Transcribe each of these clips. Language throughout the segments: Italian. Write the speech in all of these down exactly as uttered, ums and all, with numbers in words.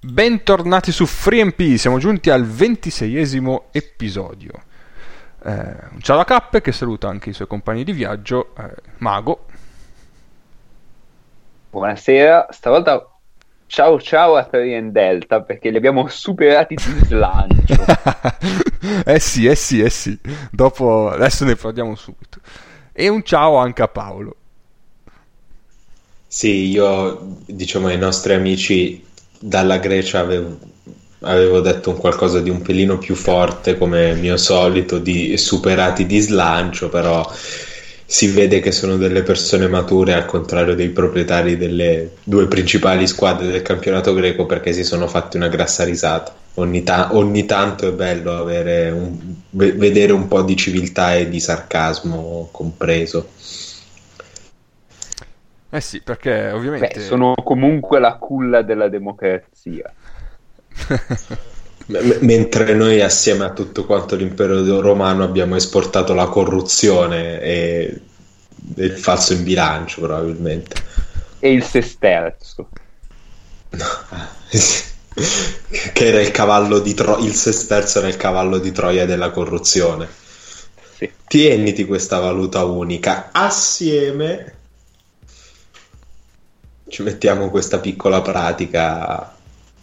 Bentornati su FreeMP, siamo giunti al ventiseiesimo episodio. Eh, un ciao a Cappe che saluta anche i suoi compagni di viaggio, eh, Mago. Buonasera, stavolta ciao ciao a Trien Delta perché li abbiamo superati di slancio. eh sì, eh sì, eh sì, dopo adesso ne parliamo subito. E un ciao anche a Paolo. Sì, io diciamo ai nostri amici dalla Grecia avevo, avevo detto un qualcosa di un pelino più forte come mio solito, di superati di slancio, però si vede che sono delle persone mature al contrario dei proprietari delle due principali squadre del campionato greco, perché si sono fatti una grassa risata. Ogni, ta- ogni tanto è bello avere un, ve- vedere un po' di civiltà e di sarcasmo compreso. Eh sì, perché ovviamente... Beh, sono comunque la culla della democrazia. M- mentre noi assieme a tutto quanto l'impero romano abbiamo esportato la corruzione e il falso in bilancio, probabilmente. E il sesterzo. Che era il cavallo di Troia, il sesterzo era il cavallo di Troia della corruzione. Sì. Tieniti questa valuta unica, assieme ci mettiamo questa piccola pratica.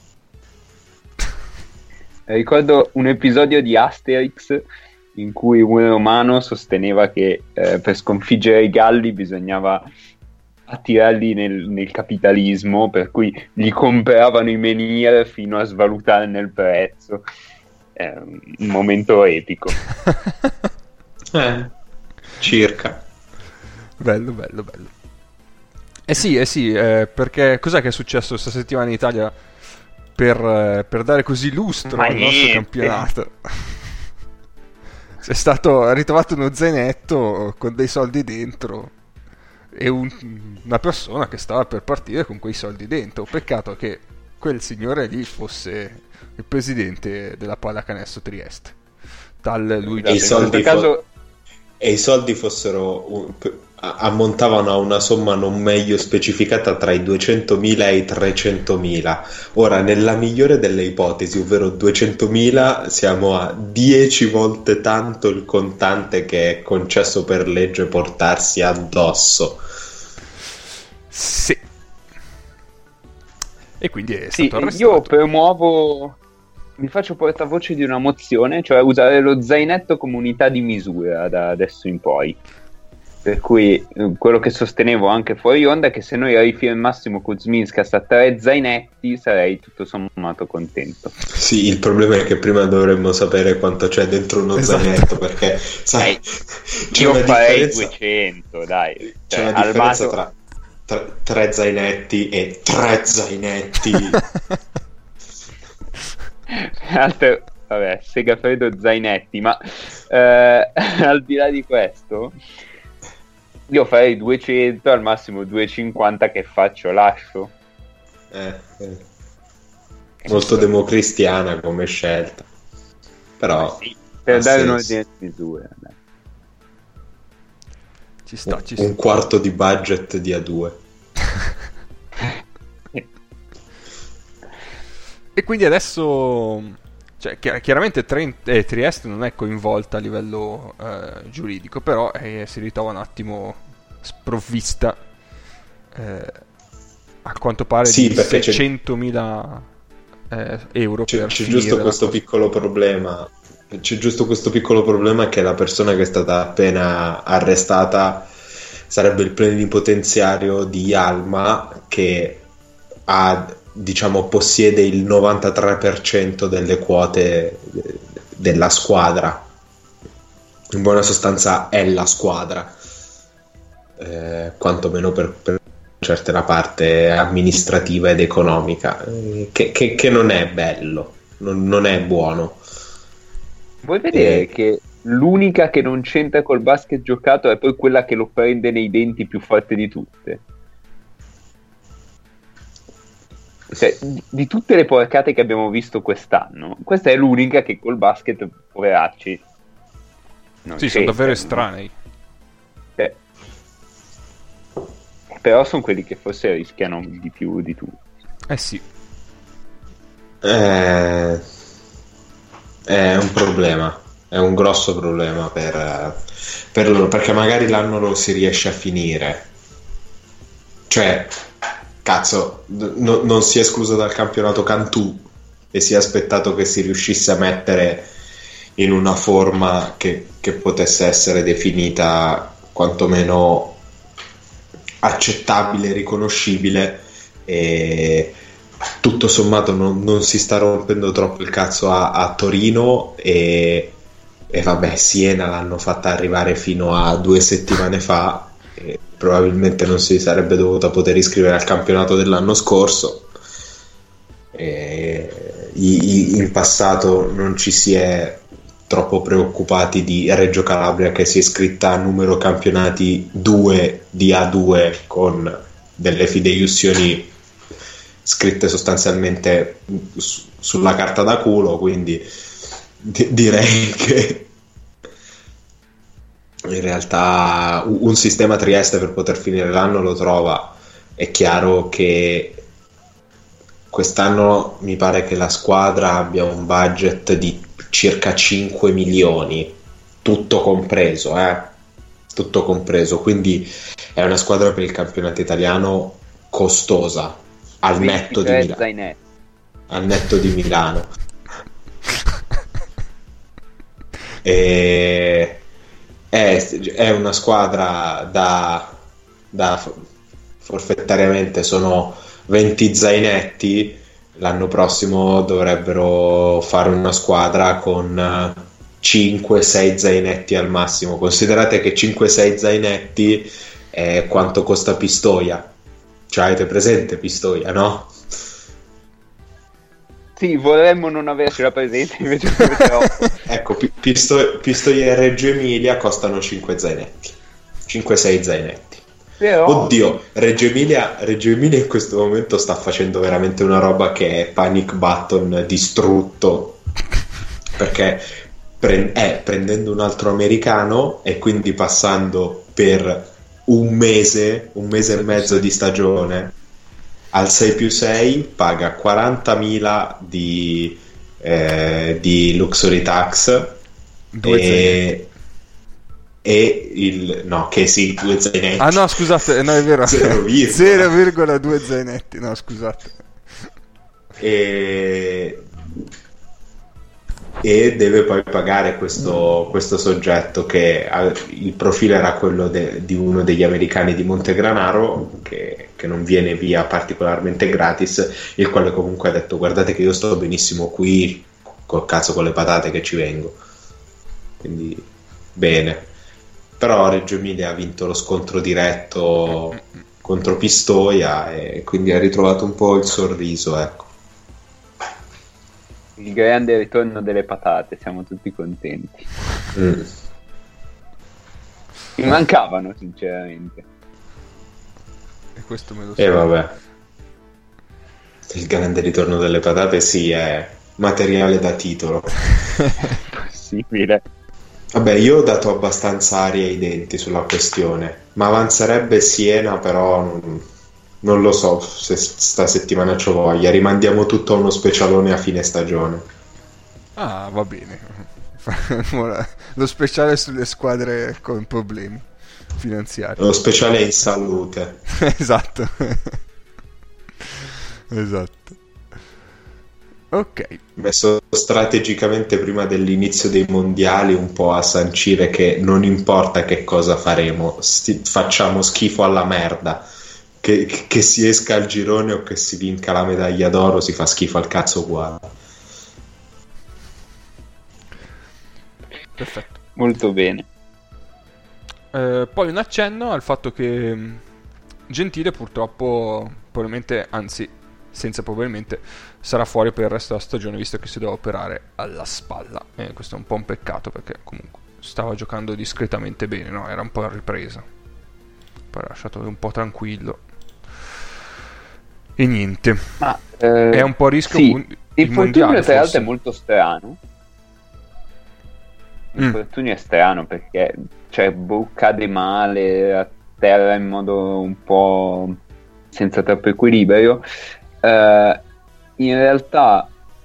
Ricordo un episodio di Asterix in cui un romano sosteneva che eh, per sconfiggere i Galli bisognava attirarli nel, nel capitalismo, per cui gli compravano i menhir fino a svalutarne il prezzo. È un momento epico. Eh, circa. Bello, bello, bello. Eh sì, eh sì, eh, perché cos'è che è successo questa settimana in Italia per, eh, per dare così lustro Ma al nostro niente. campionato? È stato è ritrovato uno zainetto con dei soldi dentro e un- una persona che stava per partire con quei soldi dentro. Peccato che quel signore lì fosse il presidente della Pallacanestro Trieste, tal Luigi. E i In soldi questo fo- caso e i soldi fossero un- p- a- ammontavano a una somma non meglio specificata tra i duecentomila e i trecentomila. Ora, nella migliore delle ipotesi, ovvero duecentomila, siamo a dieci volte tanto il contante che è concesso per legge portarsi addosso. Sì. E quindi è sì, stato io arrestato. promuovo, mi faccio portavoce di una mozione, cioè usare lo zainetto come unità di misura da adesso in poi. Per cui eh, quello che sostenevo anche fuori onda è che se noi rifirmassimo Kuzminskas a tre zainetti sarei tutto sommato contento. Sì, il problema è che prima dovremmo sapere quanto c'è dentro uno Esatto. zainetto, perché sai, Eh, c'è Io una farei differenza, duecento, dai. c'è Cioè, una al differenza massimo- tra tre, tre zainetti e tre zainetti. Altro, vabbè, Segafredo Zainetti, ma eh, al di là di questo, io farei duecento, al massimo duecentocinquanta, che faccio, lascio. Eh, eh. Molto democristiana come scelta, però Sì, per ha dare un senso. ordine di misura. dai. Ci sta, ci un sta. quarto di budget di A due. E quindi adesso, cioè, chi- chiaramente Trent- eh, Trieste non è coinvolta a livello eh, giuridico, però eh, si ritrova un attimo sprovvista, eh, a quanto pare, Sì, di perché c'è- seicentomila eh, euro C'è, per c'è finire giusto la questo cosa. piccolo problema. C'è giusto questo piccolo problema che la persona che è stata appena arrestata sarebbe il plenipotenziario di Alma, che ha, diciamo, possiede il novantatré per cento delle quote eh, della squadra. In buona sostanza è la squadra, eh, quantomeno per, per certe la parte amministrativa ed economica, eh, che, che- che non è bello, non, non è buono. Vuoi vedere Eh. che l'unica che non c'entra col basket giocato è poi quella che lo prende nei denti più forte di tutte? Cioè, di, di tutte le porcate che abbiamo visto quest'anno, questa è l'unica che col basket, poveracci, non Sì, sono c'entra. davvero estranei. Eh, però sono quelli che forse rischiano di più di tutti. Eh sì. è, è un problema, è un grosso problema per, per loro, perché magari l'anno lo si riesce a finire, cioè cazzo, no, non si è escluso dal campionato Cantù e si è aspettato che si riuscisse a mettere in una forma che, che potesse essere definita quantomeno accettabile, riconoscibile, e tutto sommato non, non si sta rompendo troppo il cazzo a, a Torino, e, e vabbè, Siena l'hanno fatta arrivare fino a due settimane fa e probabilmente non si sarebbe dovuta poter iscrivere al campionato dell'anno scorso, e in passato non ci si è troppo preoccupati di Reggio Calabria, che si è iscritta a numero campionati due di A due con delle fideiussioni scritte sostanzialmente su, sulla carta da culo, quindi di- direi che in realtà un sistema Trieste per poter finire l'anno lo trova. È chiaro che quest'anno mi pare che la squadra abbia un budget di circa cinque milioni, tutto compreso, eh? tutto compreso, quindi è una squadra per il campionato italiano costosa, al netto di Milano, al netto di Milano. E è, è una squadra da, da forfettariamente sono venti zainetti. L'anno prossimo dovrebbero fare una squadra con cinque sei zainetti al massimo. Considerate che cinque sei zainetti è quanto costa Pistoia. Cioè, avete presente Pistoia, no? Sì, vorremmo non avercela presente, invece ecco, Pisto- Pistoia e Reggio Emilia costano cinque zainetti, cinque sei zainetti. Però... Oddio, Reggio Emilia, Reggio Emilia in questo momento sta facendo veramente una roba che è panic button distrutto, perché pre- è prendendo un altro americano e quindi passando per un mese, un mese e mezzo di stagione al sei più sei, paga quarantamila di, eh, di luxury tax e... e il no che sì due zainetti, ah no scusate, no è vero, zero virgola due zainetti, no scusate, e, e deve poi pagare questo, questo soggetto che ha, il profilo era quello de, di uno degli americani di Montegranaro, che, che non viene via particolarmente gratis, il quale comunque ha detto guardate che io sto benissimo qui, col cazzo con le patate che ci vengo, quindi bene. Però Reggio Emilia ha vinto lo scontro diretto contro Pistoia e quindi ha ritrovato un po' il sorriso, ecco. Il grande ritorno delle patate, siamo tutti contenti. Mm. Mi mancavano sinceramente. E questo me lo so. E vabbè. Il grande ritorno delle patate sì, è materiale da titolo. Possibile. Vabbè, io ho dato abbastanza aria ai denti sulla questione, ma avanzerebbe Siena, però non, non lo so se sta settimana c'ho voglia. Rimandiamo tutto a uno specialone a fine stagione. Ah, va bene. Lo speciale sulle squadre con problemi finanziari. Lo speciale in salute. Esatto. Esatto. Ok. Messo strategicamente prima dell'inizio dei mondiali un po' a sancire che non importa che cosa faremo, sti- facciamo schifo alla merda, che, che si esca al girone o che si vinca la medaglia d'oro, si fa schifo al cazzo uguale. Perfetto, molto bene. Eh, poi un accenno al fatto che Gentile purtroppo probabilmente, anzi senza probabilmente, sarà fuori per il resto della stagione, visto che si deve operare alla spalla, e questo è un po' un peccato perché comunque stava giocando discretamente bene, no? Era un po' in ripresa, poi ha lasciato un po' tranquillo e niente. Ma eh, è un po' a rischio sì, il, il mondiale tra l'altro è molto strano. Il mm. fortunio è strano perché cioè boh, cade male a terra in modo un po' senza troppo equilibrio. Uh, in realtà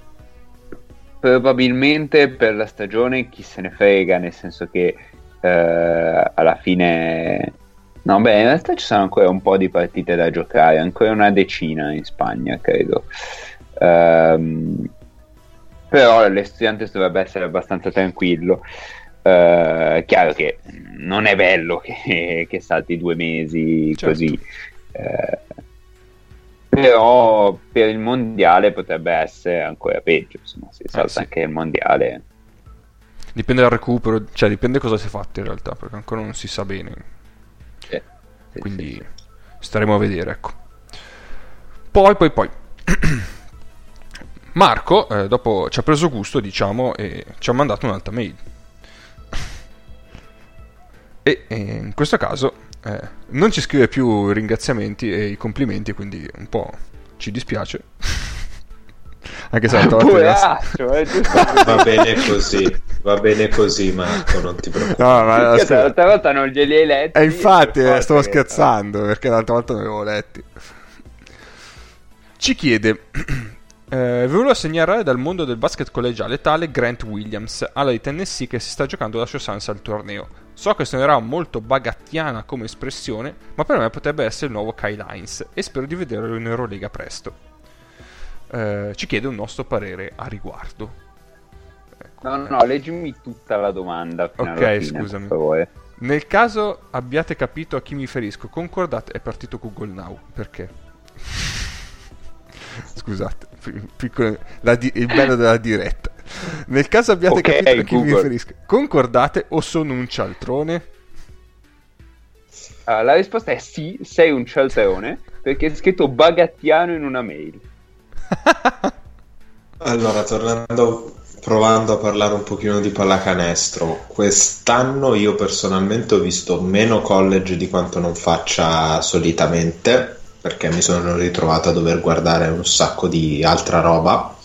probabilmente per la stagione chi se ne frega, nel senso che eh, alla fine no, beh, in realtà ci sono ancora un po' di partite da giocare, ancora una decina in Spagna, credo. Um, però l'Estudiantes dovrebbe essere abbastanza tranquillo. Uh, chiaro che non è bello che, che salti due mesi, certo, così, uh, però per il mondiale potrebbe essere ancora peggio, insomma, se salta eh, sì. anche il mondiale. Dipende dal recupero, cioè dipende cosa si è fatto in realtà, perché ancora non si sa bene. Sì, sì, quindi sì, sì. staremo a vedere, ecco. Poi poi poi Marco eh, dopo ci ha preso gusto, diciamo, e ci ha mandato un'altra mail. E, e in questo caso eh, non ci scrive più ringraziamenti e i complimenti, quindi un po' ci dispiace. Anche se l'altra volta va bene così, va bene così, Marco, non ti preoccupare. No, ma io l'altra volta non glieli hai letti. E eh, infatti eh, stavo scherzando, fa. Perché l'altra volta non li avevo letti. Ci chiede eh, vi volevo segnalare dal mondo del basket collegiale tale Grant Williams, ala di Tennessee, che si sta giocando la sua chance al torneo. So che suonerà molto bagattiana come espressione, ma per me potrebbe essere il nuovo Kyle Hines e spero di vederlo in Eurolega presto. Eh, ci chiede un nostro parere a riguardo. Ecco. No, no, leggimi tutta la domanda. Fino ok, alla fine, scusami. Per favore. Nel caso abbiate capito a chi mi riferisco, concordate. È partito Google Now, perché? Scusate, piccolo, la di, il bello della diretta. Nel caso abbiate okay, capito a chi Google. mi riferisco, concordate o sono un cialtrone? Uh, la risposta è sì, sei un cialtrone, perché è scritto bagattiano in una mail. Allora, tornando, provando a parlare un pochino di pallacanestro, quest'anno io personalmente ho visto meno college di quanto non faccia solitamente, perché mi sono ritrovato a dover guardare un sacco di altra roba.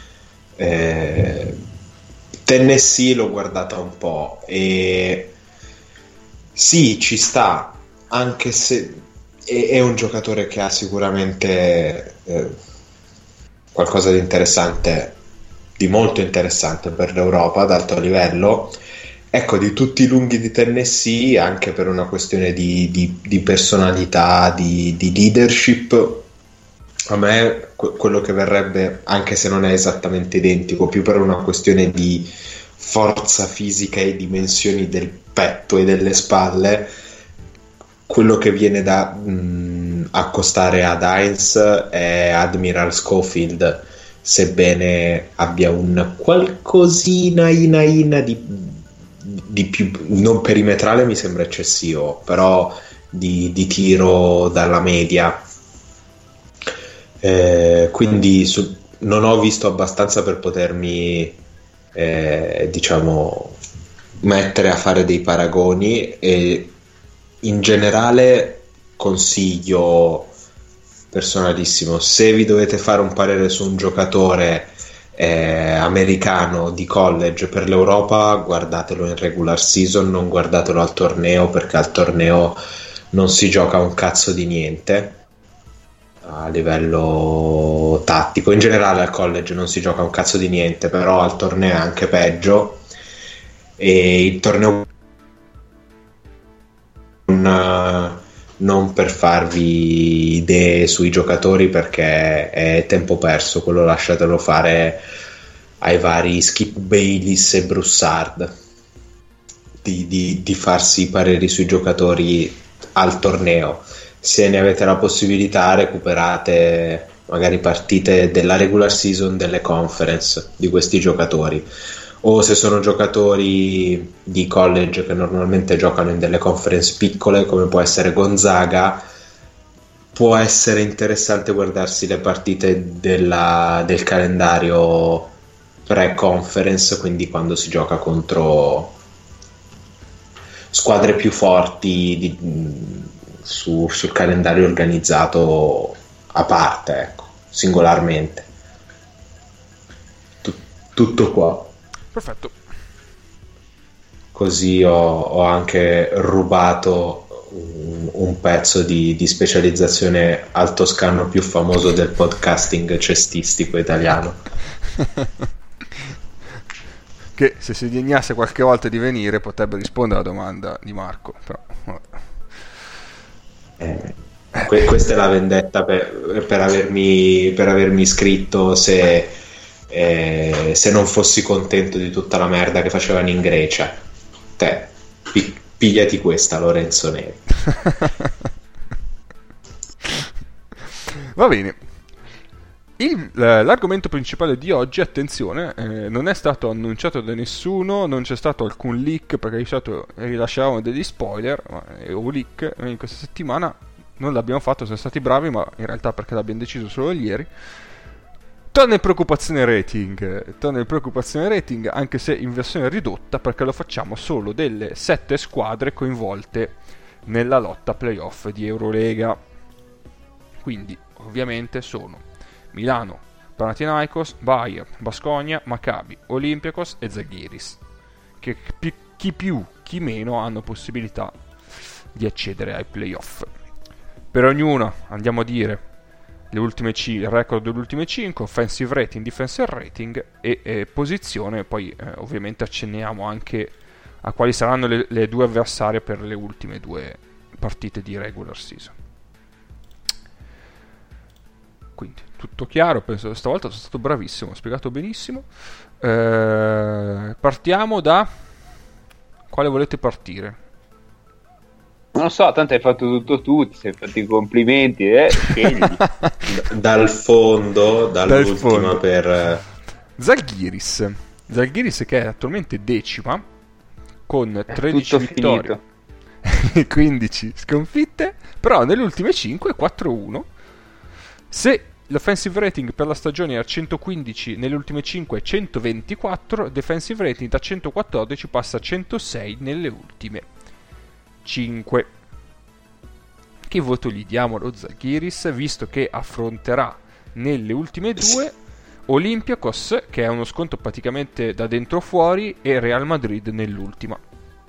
eh, Tennessee l'ho guardata un po' e sì, ci sta, anche se è, è un giocatore che ha sicuramente eh, qualcosa di interessante, di molto interessante per l'Europa ad alto livello. Ecco, di tutti i lunghi di Tennessee, anche per una questione di, di, di personalità, di, di leadership, a me quello che verrebbe, anche se non è esattamente identico, più per una questione di forza fisica e dimensioni del petto e delle spalle, quello che viene da mh, accostare ad Hines è Admiral Schofield, sebbene abbia un qualcosina ina ina di, di più, non perimetrale mi sembra eccessivo, però di, di tiro dalla media. Eh, quindi su, non ho visto abbastanza per potermi eh, diciamo mettere a fare dei paragoni, e in generale consiglio personalissimo, se vi dovete fare un parere su un giocatore eh, americano di college per l'Europa, guardatelo in regular season, non guardatelo al torneo, perché al torneo non si gioca un cazzo di niente a livello tattico. In generale al college non si gioca un cazzo di niente, però al torneo è anche peggio, e il torneo non, non per farvi idee sui giocatori, perché è tempo perso, quello lasciatelo fare ai vari Skip Bayless e Broussard di, di, di farsi i pareri sui giocatori al torneo. Se ne avete la possibilità, recuperate magari partite della regular season, delle conference di questi giocatori, o se sono giocatori di college che normalmente giocano in delle conference piccole come può essere Gonzaga, può essere interessante guardarsi le partite della, del calendario pre-conference, quindi quando si gioca contro squadre più forti di, su, sul calendario organizzato a parte, ecco, singolarmente. Tut- tutto qua. Perfetto. Così ho, ho anche rubato un, un pezzo di, di specializzazione al toscano più famoso del podcasting cestistico italiano. che se si degnasse qualche volta di venire potrebbe rispondere alla domanda di Marco, però eh, que- questa è la vendetta per, per avermi per avermi iscritto se, eh, se non fossi contento di tutta la merda che facevano in Grecia. Te pi- pigliati questa, Lorenzo Neri. Va bene. Il, l'argomento principale di oggi, attenzione, eh, non è stato annunciato da nessuno, non c'è stato alcun leak, perché di solito rilasciavamo degli spoiler ma, eh, o leak. In questa settimana non l'abbiamo fatto, siamo stati bravi, ma in realtà perché l'abbiamo deciso solo ieri. Torna in preoccupazione rating, torna in preoccupazione rating, anche se in versione ridotta, perché lo facciamo solo delle sette squadre coinvolte nella lotta playoff di Eurolega. Quindi, ovviamente, sono Milano, Panathinaikos, Bayern, Baskonia, Maccabi, Olympiakos e Zalgiris, che pi- chi più, chi meno hanno possibilità di accedere ai playoff. Per ognuno andiamo a dire le ultime c- il record delle ultime cinque, offensive rating, defensive rating e, e posizione, poi eh, ovviamente accenniamo anche a quali saranno le, le due avversarie per le ultime due partite di regular season. Quindi tutto chiaro, penso stavolta sono stato bravissimo, ho spiegato benissimo. Eh, partiamo da quale volete partire? Non lo so, tanto hai fatto tutto tu, ti sei fatti i complimenti, eh? Scegli. Dal fondo, dall'ultima Dal fondo. per Zalgiris. Zalgiris che è attualmente decima con tredici tutto vittorie e quindici sconfitte, però nelle ultime cinque quattro uno. Se l'offensive rating per la stagione è a centoquindici, nelle ultime cinque centoventiquattro, defensive rating da centoquattordici passa a centosei nelle ultime cinque. Che voto gli diamo allo Zalgiris, visto che affronterà nelle ultime due Olympiakos, che è uno scontro praticamente da dentro fuori, e Real Madrid nell'ultima?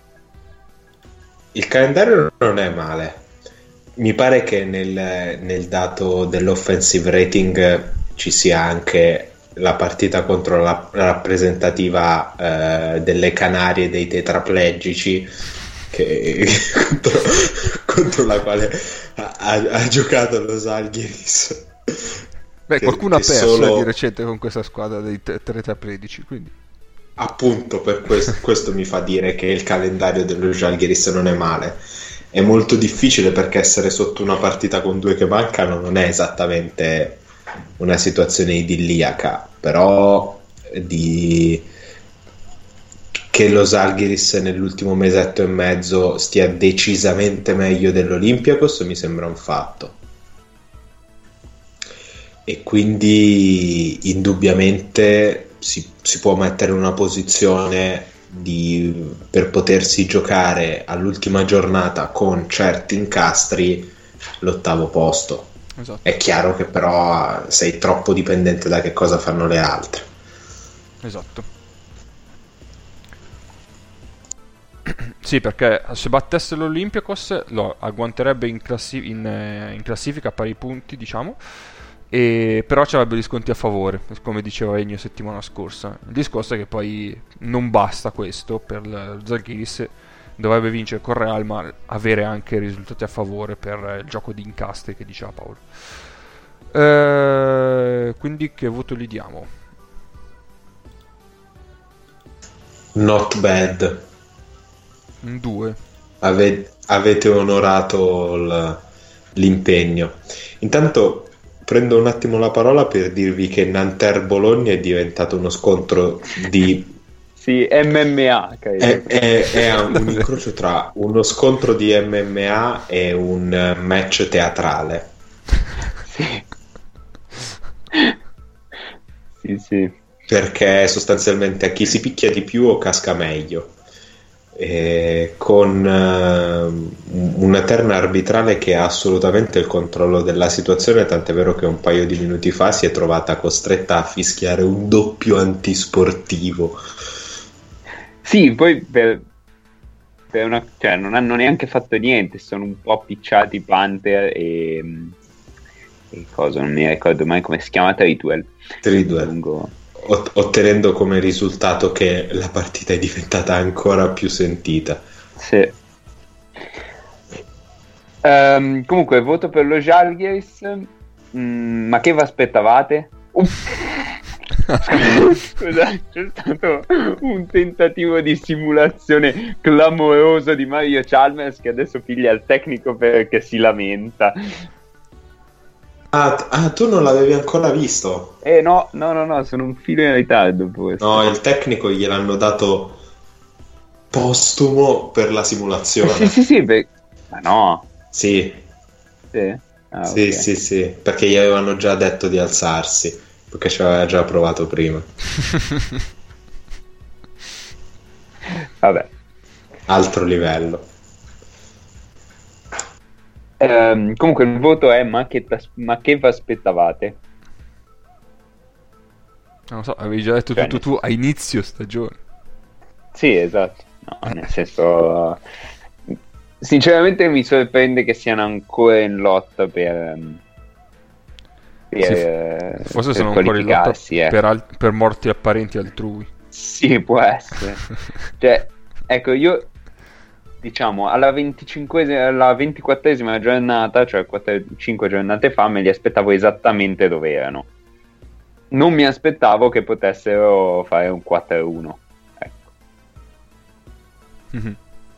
Il calendario non è male. Mi pare che nel, nel dato dell'offensive rating ci sia anche la partita contro la rappresentativa eh, delle Canarie dei tetraplegici, che, contro, contro la quale ha, ha giocato lo Zalgiris. Beh, che, qualcuno che ha perso solo... di recente con questa squadra dei tetraplegici, quindi Appunto, per questo, questo mi fa dire che il calendario dello Zalgiris non è male. È molto difficile perché essere sotto una partita con due che mancano non è esattamente una situazione idilliaca, però di... che lo Zalgiris nell'ultimo mesetto e mezzo stia decisamente meglio dell'Olympiakos mi sembra un fatto, e quindi indubbiamente si, si può mettere in una posizione di, per potersi giocare all'ultima giornata con certi incastri l'ottavo posto. esatto. È chiaro che però sei troppo dipendente da che cosa fanno le altre. Esatto. Sì, perché se battesse l'Olympiakos lo agguanterebbe in, classi- in, eh, in classifica a pari punti, diciamo, e però ci avrebbe gli sconti a favore, come diceva Ennio settimana scorsa. Il discorso è che poi non basta questo per il Zalgiris, dovrebbe vincere con Real, ma avere anche risultati a favore per il gioco di incastri che diceva Paolo. Eh, quindi che voto gli diamo? Not bad. Un due. Ave- avete onorato l- l'impegno. Intanto prendo un attimo la parola per dirvi che Nanterre Bologna è diventato uno scontro di sì, M M A credo. è, è, è un incrocio tra uno scontro di M M A e un match teatrale. Sì. Sì, sì. Perché sostanzialmente a chi si picchia di più o casca meglio. E con uh, una terna arbitrale che ha assolutamente il controllo della situazione, tant'è vero che un paio di minuti fa si è trovata costretta a fischiare un doppio antisportivo. Sì, poi per, per una, cioè, non hanno neanche fatto niente, sono un po' picciati Panther e, e cosa, non mi ricordo mai come si chiama, Tridwell. Tridwell. Lungo... ot- ottenendo come risultato che la partita è diventata ancora più sentita. Sì. Um, comunque, voto per lo Žalgiris. Mm, ma che vi aspettavate? Scusa, c'è stato un tentativo di simulazione clamoroso di Mario Chalmers che adesso piglia il tecnico perché si lamenta. Ah, t- ah, tu non l'avevi ancora visto? Eh no, no, no, no, sono un filo in ritardo. No, il tecnico gliel'hanno dato postumo per la simulazione. Sì, sì, sì, beh... ma no. Sì. Sì? Ah, Sì, okay. sì, sì, perché gli avevano già detto di alzarsi, perché ci aveva già provato prima. Vabbè. Altro livello. Ehm, comunque il voto è ma che, ma che vi aspettavate? Non lo so, avevi già detto Cioè, tutto tu a inizio stagione. Sì, esatto. No, nel senso... Sinceramente mi sorprende che siano ancora in lotta per... per Sì, per forse sono ancora in lotta eh. per, al- per morti apparenti altrui. Sì, può essere. Cioè, ecco, io... diciamo, alla venticinquesima, alla ventiquattresima giornata, cioè cinque giornate fa, me li aspettavo esattamente dove erano. Non mi aspettavo che potessero fare un quattro a uno. Ecco. Mm-hmm.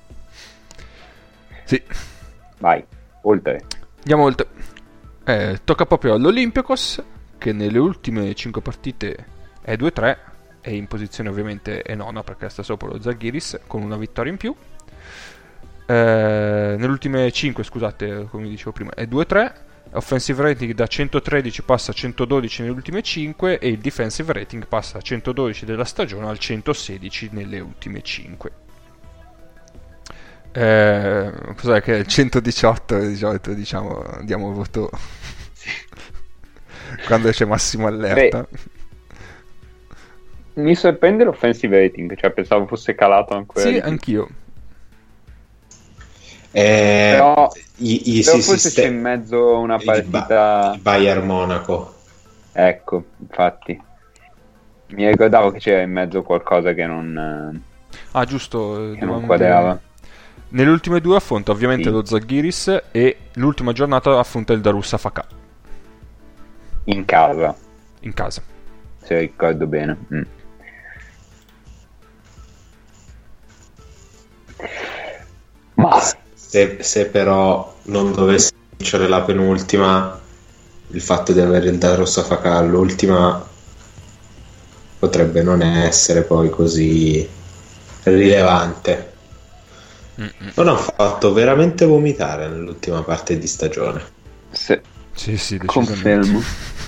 Sì. Vai, oltre. Andiamo oltre. Eh, tocca proprio all'Olympiakos, che nelle ultime cinque partite è due tre, e in posizione ovviamente è nona perché sta sopra lo Zalgiris con una vittoria in più. Eh, nelle ultime cinque, scusate, come dicevo prima, è due tre. Offensive rating da centotredici passa a centododici nelle ultime cinque, e il defensive rating passa a centododici della stagione al centosedici nelle ultime cinque. Eh, cos'è che è il centodiciotto di solito, diciamo, diamo voto quando c'è massimo allerta. Beh, mi sorprende l'offensive rating, cioè pensavo fosse calato ancora. Sì, anch'io. Eh, però i, i, però sì, forse sì, c'è in mezzo una partita... il Bayern Monaco. Ecco, infatti mi ricordavo che c'era in mezzo qualcosa che non ah giusto che non quadrava. Nelle ultime due affronta ovviamente sì. lo Zalgiris, e l'ultima giornata affronta il Darussafaka in casa in casa, se ricordo bene. mm. Ma se, se però non dovesse vincere la penultima, il fatto di avere il Darussafaka all'ultima potrebbe non essere poi così rilevante. Mm-mm. Non ho fatto veramente vomitare nell'ultima parte di stagione. sì, sì, sì, confermo.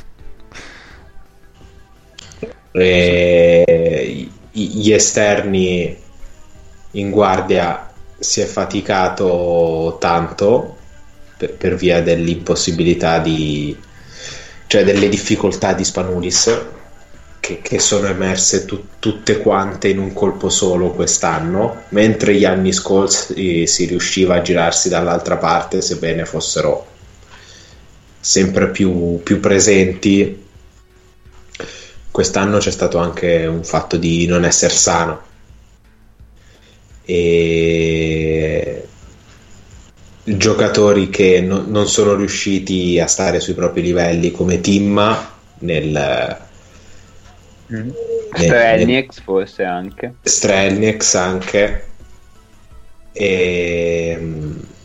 E gli esterni in guardia si è faticato tanto per, per via dell'impossibilità di, cioè delle difficoltà di Spanulis che, che sono emerse tu, tutte quante in un colpo solo quest'anno, mentre gli anni scorsi si riusciva a girarsi dall'altra parte, sebbene fossero sempre più, più presenti. Quest'anno c'è stato anche un fatto di non essere sano, e giocatori che no, non sono riusciti a stare sui propri livelli, come Timma nel, mm. Strelnieks forse anche Strelnieks anche e,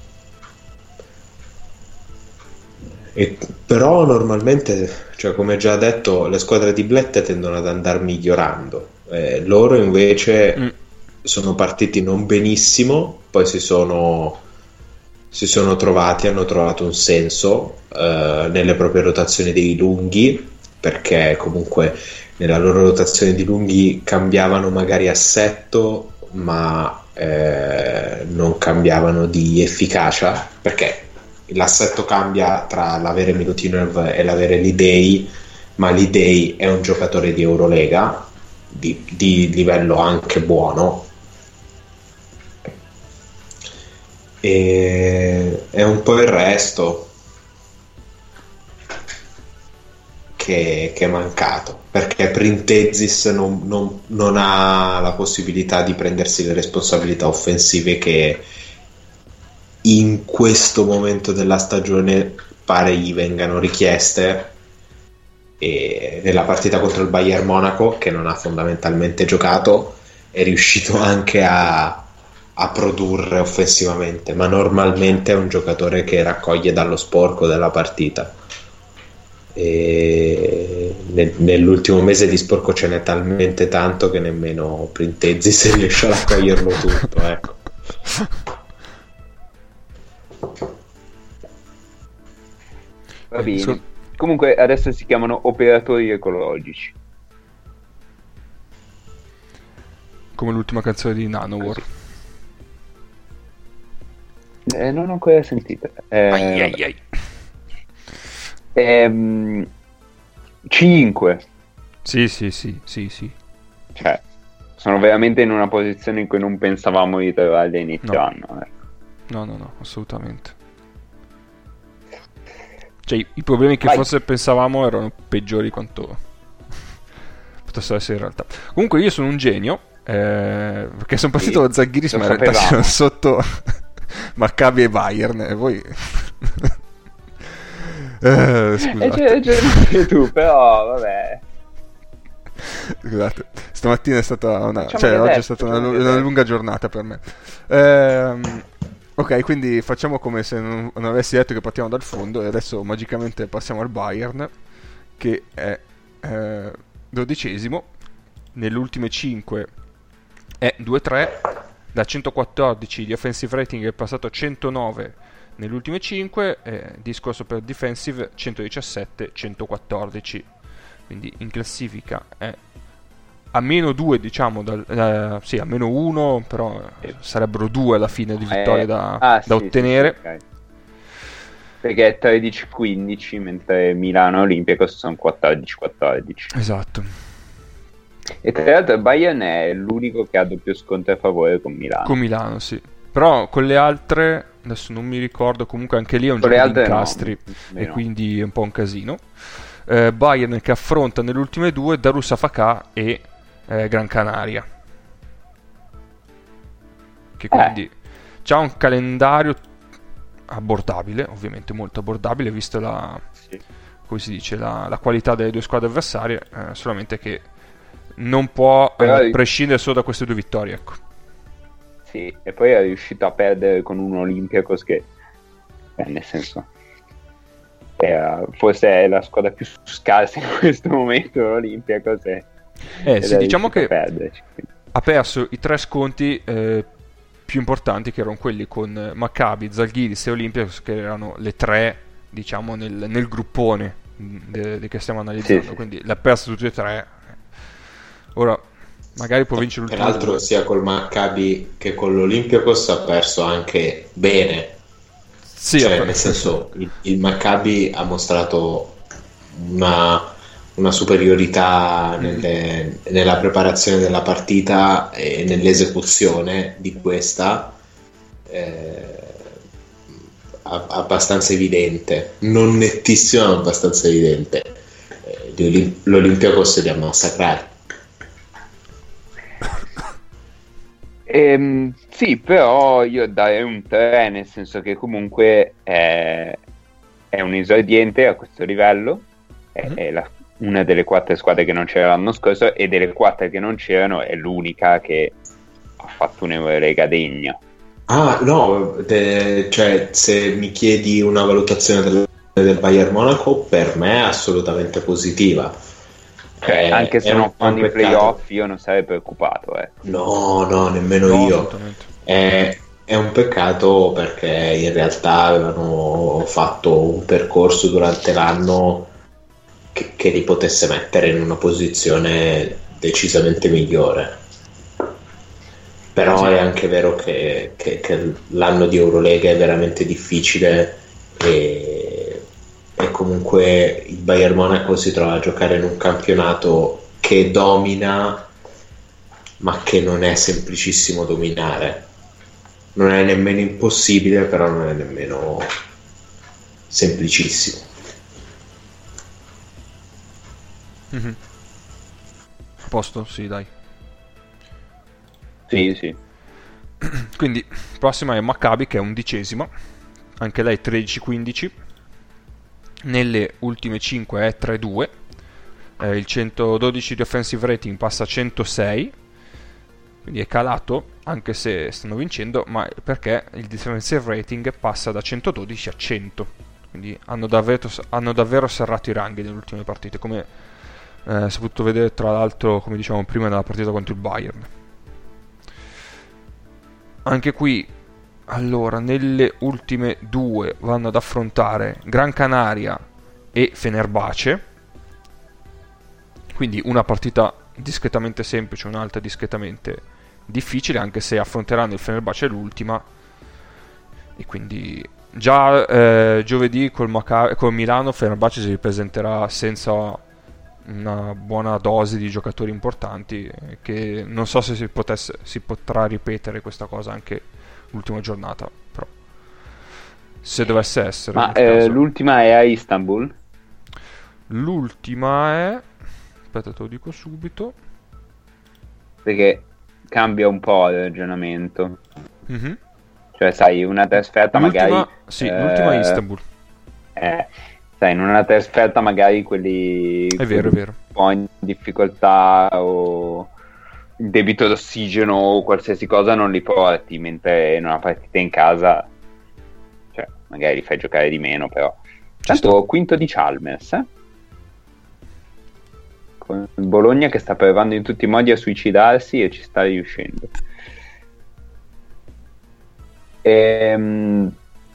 e però normalmente, cioè come già detto, le squadre di Blette tendono ad andare migliorando, eh, loro invece mm. sono partiti non benissimo, poi si sono si sono trovati, hanno trovato un senso eh, nelle proprie rotazioni dei lunghi, perché comunque nella loro rotazione di lunghi cambiavano magari assetto, ma eh, non cambiavano di efficacia, perché l'assetto cambia tra l'avere Milutinov e l'avere Lidei, ma Lidei è un giocatore di Eurolega di, di livello anche buono, e è un po' il resto che, che è mancato, perché Printezis non, non, non ha la possibilità di prendersi le responsabilità offensive che in questo momento della stagione pare gli vengano richieste, e nella partita contro il Bayern Monaco, che non ha fondamentalmente giocato, è riuscito anche a, a produrre offensivamente, ma normalmente è un giocatore che raccoglie dallo sporco della partita, e nell'ultimo mese di sporco ce n'è talmente tanto che nemmeno Printezis riesce a raccoglierlo tutto, ecco. Va bene. Comunque adesso si chiamano operatori ecologici, come l'ultima canzone di Nanowar. Eh, non ho ancora sentita. Eh, ai, ai, ai. Ehm, cinque. Sì, sì, sì, sì, sì. Cioè, sono veramente in una posizione in cui non pensavamo di trovarli a inizio No. anno. Eh. No, no, no, assolutamente. Cioè, i, i problemi che Vai. forse pensavamo erano peggiori quanto potessero essere in realtà. Comunque io sono un genio, eh, perché sono partito Sì, da Zaghiris, lo ma in realtà sapevamo. sono sotto Maccabi e Bayern, e voi... eh, E scusate. c'è, c'è anche tu, però vabbè. Scusate, stamattina è stata una... Facciamo cioè che oggi è adesso, stata una, facciamo lu- che una adesso. lunga giornata per me. Ehm, ok, quindi facciamo come se non, non avessi detto che partiamo dal fondo, e adesso magicamente passiamo al Bayern, che è eh, dodicesimo, nelle ultime cinque è due tre, da centoquattordici di offensive rating è passato a centonove nelle ultime cinque, eh, discorso per defensive centodiciassette centoquattordici, quindi in classifica è a meno due, diciamo, dal, eh, sì, a meno uno, però eh, sarebbero due alla fine di vittorie Eh, da, ah, da sì, ottenere. sì, sì, ok. Perché è tredici quindici, mentre Milano e Olympiacos sono quattordici quattordici. Esatto. E tra l'altro il Bayern è l'unico che ha doppio sconto a favore con Milano. Con Milano, sì. Però con le altre, adesso non mi ricordo, comunque anche lì è un Con le gioco di altre no, incastri, no. e quindi è un po' un casino. Eh, Bayern che affronta nelle ultime due Darusafaka e eh, Gran Canaria, che quindi c'ha un calendario abbordabile, ovviamente molto abbordabile, visto la, Sì. come si dice, la, la qualità delle due squadre avversarie, eh, solamente che non può Però- eh, prescindere solo da queste due vittorie, ecco. Sì, e poi è riuscito a perdere con un Olympiacos che, eh, nel senso, era, forse è la squadra più scarsa in questo momento, l'Olympiacos. È, Eh ed sì, è diciamo riuscito che a perderci, quindi. ha perso i tre sconti eh, più importanti, che erano quelli con Maccabi, Zalgiris e Olympiacos, che erano le tre, diciamo, nel, nel gruppone de, de che stiamo analizzando. Sì, sì. Quindi l'ha perso tutti e tre. Ora magari può vincere l'ultimo Peraltro due. sia col Maccabi che con l'Olympiacos ha perso anche bene. Sì, Cioè, ha- nel senso, il, il Maccabi ha mostrato una, una superiorità nelle- nella preparazione della partita e nell'esecuzione di questa, eh, a- abbastanza evidente, non nettissima, ma abbastanza evidente. Eh, gli Olim- L'Olympiacos li ha massacrati. Ehm, sì, però io darei un tre, nel senso che comunque è, è un esordiente a questo livello, è, Mhm. è la- una delle quattro squadre che non c'era l'anno scorso, e delle quattro che non c'erano è l'unica che ha fatto un'Eurolega degna. Ah, no, de- cioè, se mi chiedi una valutazione del, del Bayern Monaco, per me è assolutamente positiva. Cioè, Eh, anche se è un- non è un fanno i peccato. playoff io non sarei preoccupato, eh. No, no, nemmeno No, io. assolutamente. È, è un peccato perché in realtà avevano fatto un percorso durante l'anno che, che li potesse mettere in una posizione decisamente migliore. Però Sì. è anche vero che, che- che l'anno di Eurolega è veramente difficile, e, e comunque il Bayern Monaco si trova a giocare in un campionato che domina, ma che non è semplicissimo dominare. Non è nemmeno impossibile, però non è nemmeno semplicissimo. Mm-hmm. A posto? Sì, dai. Sì, sì. Quindi prossima è Maccabi, che è undicesima, anche lei tredici quindici, nelle ultime cinque è tre due, eh, il centododici di offensive rating passa a centosei, quindi è calato anche se stanno vincendo, ma perché il defensive rating passa da centododici a cento, quindi hanno davvero, hanno davvero serrato i ranghi nelle ultime partite, come eh, si è potuto vedere tra l'altro, come dicevamo prima, nella partita contro il Bayern. Anche qui, allora, nelle ultime due vanno ad affrontare Gran Canaria e Fenerbahce, quindi una partita discretamente semplice, un'altra discretamente difficile, anche se affronteranno il Fenerbahce l'ultima, e quindi già eh, giovedì col, Maca- col Milano Fenerbahce si ripresenterà senza una buona dose di giocatori importanti, che non so se si, potesse, si potrà ripetere questa cosa anche l'ultima giornata, però se dovesse essere. Ma eh, caso... l'ultima è a Istanbul? L'ultima è, aspetta te lo dico subito, perché cambia un po' il ragionamento. Mm-hmm. Cioè sai, una trasferta l'ultima, magari sì, eh, l'ultima è Istanbul, eh, sai, in una trasferta magari quelli è vero, è vero, un po' in difficoltà o il debito d'ossigeno o qualsiasi cosa non li porti, mentre in una partita in casa, cioè magari li fai giocare di meno, però tanto quinto di Chalmers, eh? Con il Bologna che sta provando in tutti i modi a suicidarsi e ci sta riuscendo. Ehm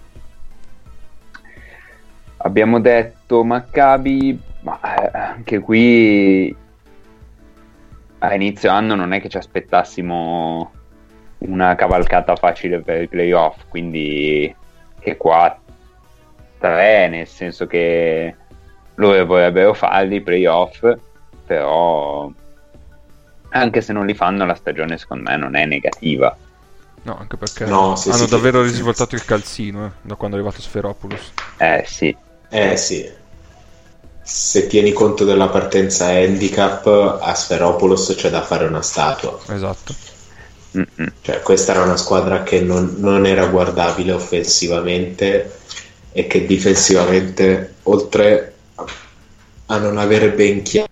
Abbiamo detto Maccabi, ma anche qui a inizio anno non è che ci aspettassimo una cavalcata facile per i playoff, quindi che qua tre, nel senso che loro vorrebbero farli i playoff, però anche se non li fanno la stagione secondo me non è negativa. No, anche perché no, sì, hanno sì, davvero sì, risvoltato il calzino eh, da quando è arrivato Sferopoulos. Eh sì. Eh sì, se tieni conto della partenza handicap, a Sferopoulos c'è da fare una statua. Esatto. Mm-mm. Cioè, questa era una squadra che non, non era guardabile offensivamente e che difensivamente, oltre a non avere ben chiaro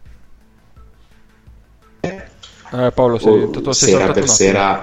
eh, Paolo, sei diventato sera per sera.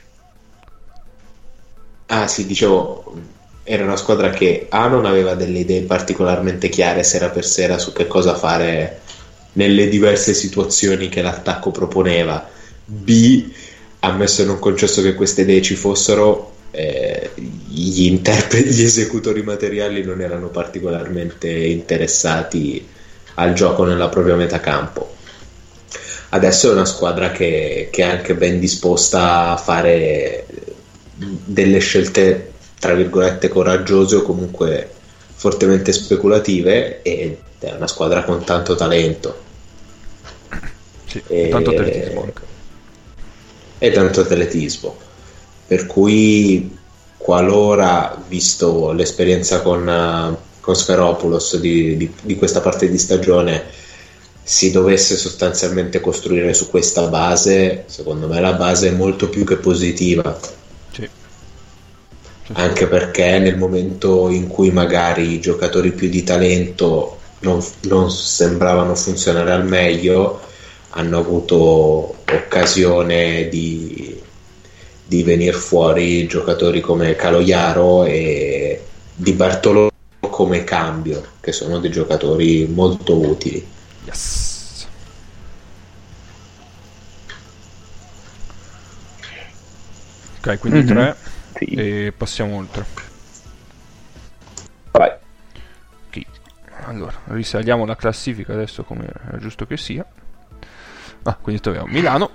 Ah sì, dicevo, era una squadra che A non aveva delle idee particolarmente chiare sera per sera su che cosa fare nelle diverse situazioni che l'attacco proponeva. B, ammesso e non concesso che queste idee ci fossero, eh, gli interpreti, gli esecutori materiali non erano particolarmente interessati al gioco nella propria metacampo. Adesso è una squadra che, che è anche ben disposta a fare delle scelte tra virgolette coraggiose o comunque fortemente speculative, ed è una squadra con tanto talento. Sì, e tanto atletismo anche. E tanto atletismo, per cui qualora, visto l'esperienza con, con Sferopoulos di, di, di questa parte di stagione, si dovesse sostanzialmente costruire su questa base, secondo me la base è molto più che positiva. Sì. Anche perché nel momento in cui magari i giocatori più di talento non, non sembravano funzionare al meglio, hanno avuto occasione di, di venire fuori giocatori come Caloiaro e Di Bartolo come cambio, che sono dei giocatori molto utili. Yes. Ok, quindi Mm-hmm. tre. Sì. E passiamo oltre. Vai. Ok, allora risaliamo la classifica adesso come è giusto che sia. Ah, quindi troviamo Milano.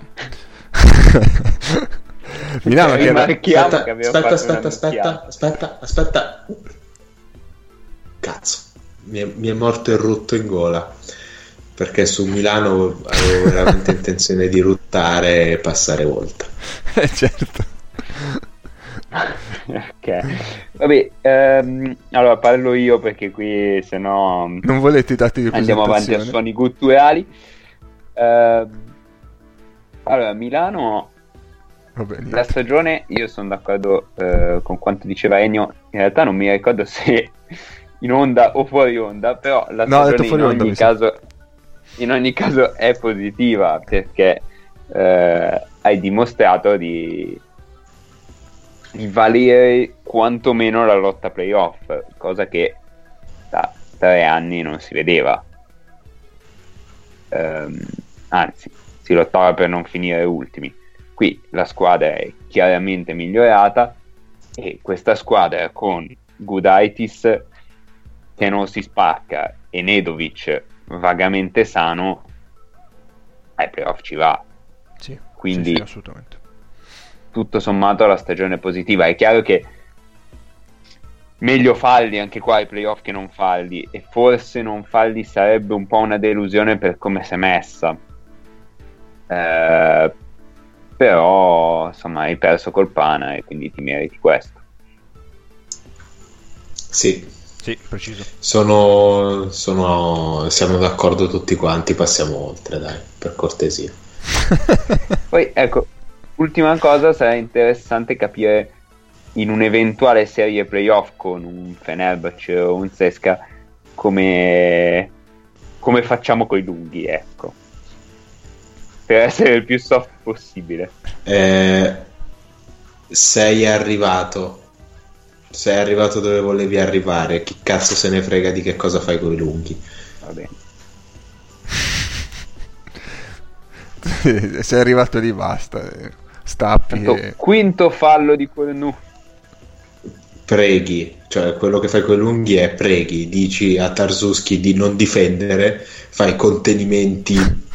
Milano che era... aspetta, che aspetta, aspetta, aspetta, aspetta, aspetta. Cazzo, mi è, mi è morto il rutto in gola, perché su Milano avevo veramente intenzione di ruttare e passare oltre. Eh, certo. Ok, vabbè, ehm, allora parlo io perché qui se no non volete i dati di andiamo avanti a suoni gutturali. Ehm, allora, Milano, Vabbè, niente. la stagione, io sono d'accordo eh, con quanto diceva Ennio, in realtà non mi ricordo se in onda o fuori onda, però la No, ha detto stagione fuori in onda, ogni mi sa. caso in ogni caso è positiva, perché eh, hai dimostrato di di valere quantomeno la lotta playoff, cosa che da tre anni non si vedeva. Ehm, anzi, si lottava per non finire ultimi. Qui la squadra è chiaramente migliorata e questa squadra con Gudaitis che non si spacca e Nedovic vagamente sano, ai playoff ci va. Sì, Quindi sì, sì, assolutamente. Tutto sommato la stagione è positiva. È chiaro che meglio farli anche qua ai playoff che non farli, e forse non farli sarebbe un po' una delusione per come si è messa, eh, però insomma hai perso col Pana e quindi ti meriti questo. Sì, sì, preciso. Sono, sono, siamo d'accordo tutti quanti, passiamo oltre, dai, per cortesia. Poi ecco, ultima cosa, sarà interessante capire in un'eventuale serie playoff con un Fenerbahce o un Sesca come, come facciamo coi lunghi, ecco, per essere il più soft possibile. Eh, sei arrivato sei arrivato dove volevi arrivare, chi cazzo se ne frega di che cosa fai coi lunghi. Va bene. Sei arrivato lì, basta, stappi e... Quinto fallo di Cornu. Preghi, cioè quello che fai con i lunghi è preghi, dici a Tarzuski di non difendere, fai contenimenti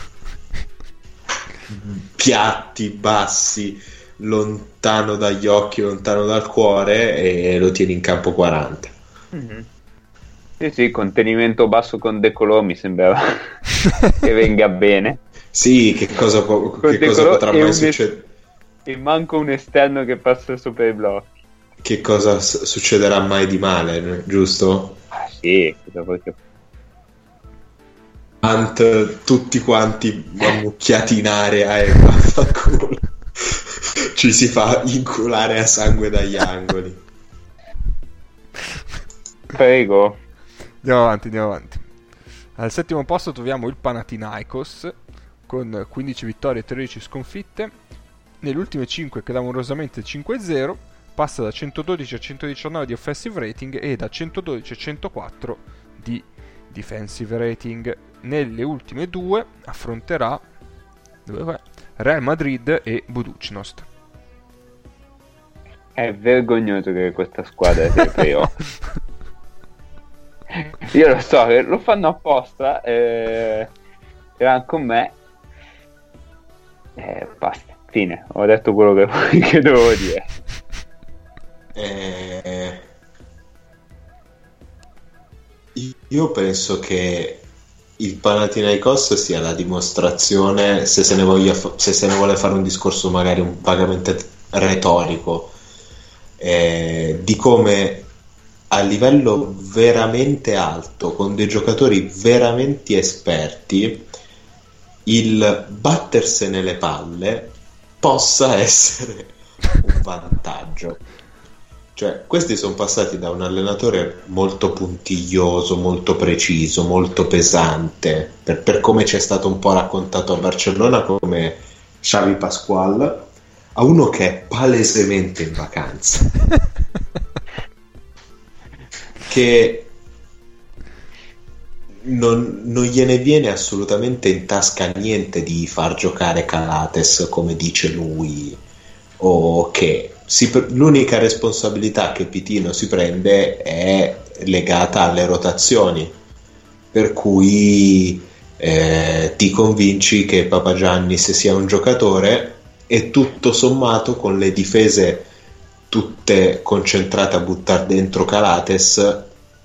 piatti, bassi, lontano dagli occhi, lontano dal cuore, e lo tieni in campo quaranta. Mm-hmm. Sì, sì, contenimento basso con Decolò mi sembrava che venga bene. Sì, che cosa, può, che cosa potrà mai succedere? E manco un esterno che passa sopra i blocchi. Che cosa s- succederà mai di male, giusto? Ah sì, perché... Ant, tutti quanti ammucchiati in area e vaffanculo. Ci si fa inculare a sangue dagli angoli. Prego. Andiamo avanti, andiamo avanti. Al settimo posto troviamo il Panathinaikos con quindici vittorie e tredici sconfitte. Nelle ultime cinque clamorosamente cinque a zero, passa da centododici a centodiciannove di offensive rating e da centododici a centoquattro di defensive rating. Nelle ultime due affronterà dove Real Madrid e Budućnost. È vergognoso che questa squadra sia playoff. Io lo so, lo fanno apposta, eh, erano con me, eh, basta, fine, ho detto quello che, che dovevo dire. Eh, io penso che il Panathinaikos sia la dimostrazione, se se ne voglia, se se ne vuole fare un discorso magari un vagamente retorico, eh, di come a livello veramente alto, con dei giocatori veramente esperti, il battersene le palle possa essere un vantaggio. Cioè, questi sono passati da un allenatore molto puntiglioso, molto preciso, molto pesante, per, per come ci è stato un po' raccontato a Barcellona, come Xavi Pascual, a uno che è palesemente in vacanza. Che non, non gliene viene assolutamente in tasca niente di far giocare Calates come dice lui, o che si, l'unica responsabilità che Pitino si prende è legata alle rotazioni, per cui eh, ti convinci che Papagiannis sia un giocatore e tutto sommato con le difese tutte concentrate a buttare dentro Calates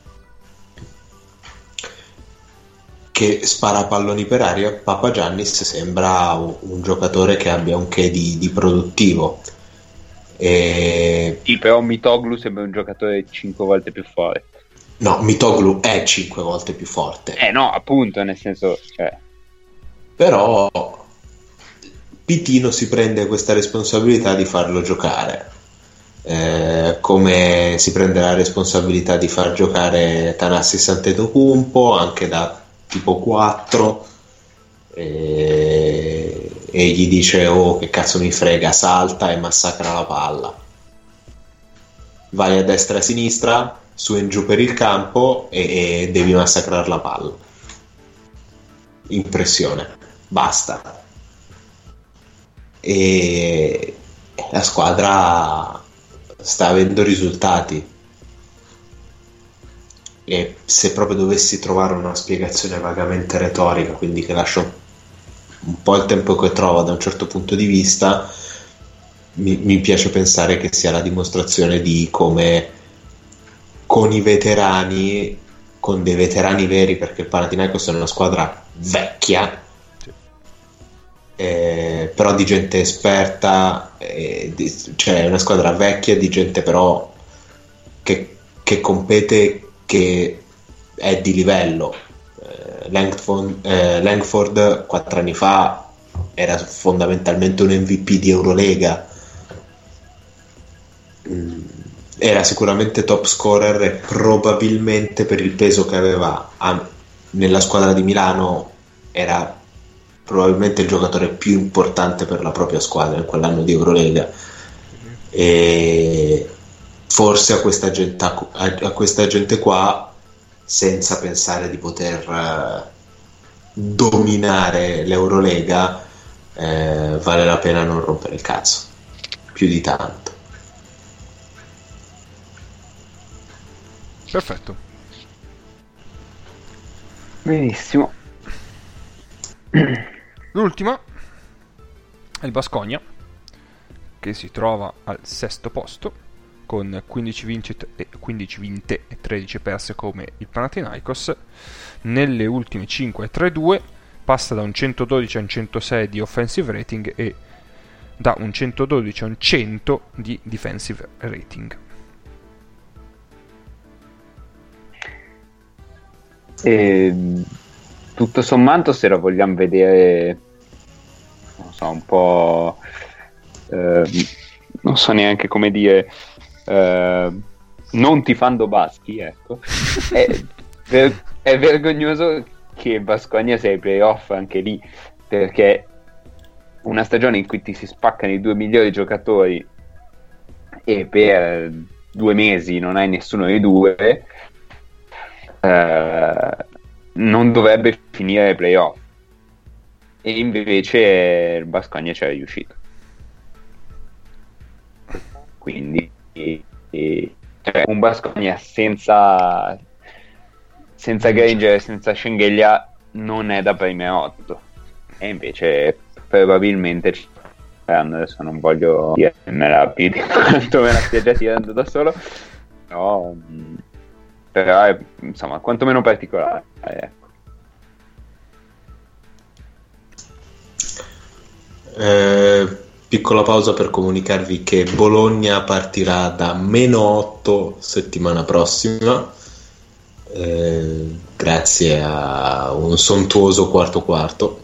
che spara palloni per aria, Papagiannis sembra un, un giocatore che abbia un che di, di produttivo. E... Sì, però Mitoglu sembra un giocatore cinque volte più forte. No, Mitoglu è cinque volte più forte. Eh no, appunto, nel senso... Cioè... Però Pitino si prende questa responsabilità di farlo giocare. Eh, come si prende la responsabilità di far giocare Thanasis Antetokounmpo anche da tipo quattro e... e gli dice oh che cazzo mi frega, salta e massacra la palla, vai a destra e a sinistra, su e in giù per il campo e, e devi massacrare la palla, impressione, basta. E la squadra sta avendo risultati, e se proprio dovessi trovare una spiegazione vagamente retorica, quindi che lascio un po' il tempo che trovo da un certo punto di vista, mi, mi piace pensare che sia la dimostrazione di come con i veterani, con dei veterani veri, perché il Panathinaikos è una squadra vecchia, Eh, però di gente esperta, eh, di, cioè una squadra vecchia di gente però che, che compete, che è di livello. eh, Langford, eh, Langford quattro anni fa era fondamentalmente un M V P di Eurolega, mm, era sicuramente top scorer e probabilmente per il peso che aveva a, nella squadra di Milano era probabilmente il giocatore più importante per la propria squadra in quell'anno di Eurolega. E forse a questa gente, a questa gente qua, senza pensare di poter uh, dominare l'Eurolega, eh, vale la pena non rompere il cazzo più di tanto. Perfetto. Benissimo. L'ultima è il Baskonia, che si trova al sesto posto con quindici vincite e, quindici vinte e tredici perse come il Panathinaikos. Nelle ultime cinque tre due passa da un centododici a un centosei di offensive rating e da un centododici a un cento di defensive rating. E, tutto sommato, se la vogliamo vedere, non so, un po', eh, non so neanche come dire, eh, non tifando baschi, ecco, è, ver- è vergognoso che Baskonia sia ai playoff anche lì, perché una stagione in cui ti si spaccano i due migliori giocatori e per due mesi non hai nessuno dei due, eh, non dovrebbe finire ai playoff, e invece il Baskonia ci è riuscito. Quindi e, e, cioè, un Baskonia senza senza Granger, senza Schengelia non è da prime otto, e invece probabilmente adesso non voglio dire più di quanto me la stia già tirando da solo, no, però è, insomma, quantomeno particolare, ecco. Eh, piccola pausa per comunicarvi che Bologna partirà da meno otto settimana prossima, eh, grazie a un sontuoso quarto quarto.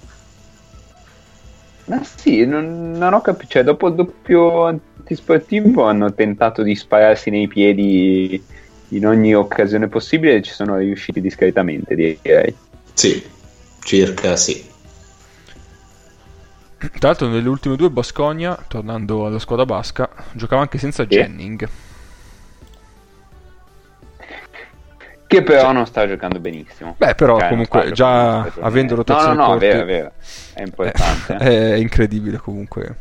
Ma sì, non, non ho capito, cioè dopo il doppio antisportivo hanno tentato di spararsi nei piedi in ogni occasione possibile e ci sono riusciti discretamente, direi. Sì, circa sì. Tra l'altro nelle ultime due Baskonia, tornando alla squadra basca, giocava anche senza Sì. Jennings, che però sì. non sta giocando benissimo. Beh, però cioè, comunque già avendo rotazione no, no, no, corte, è vero, è vero, è importante. È, è incredibile comunque.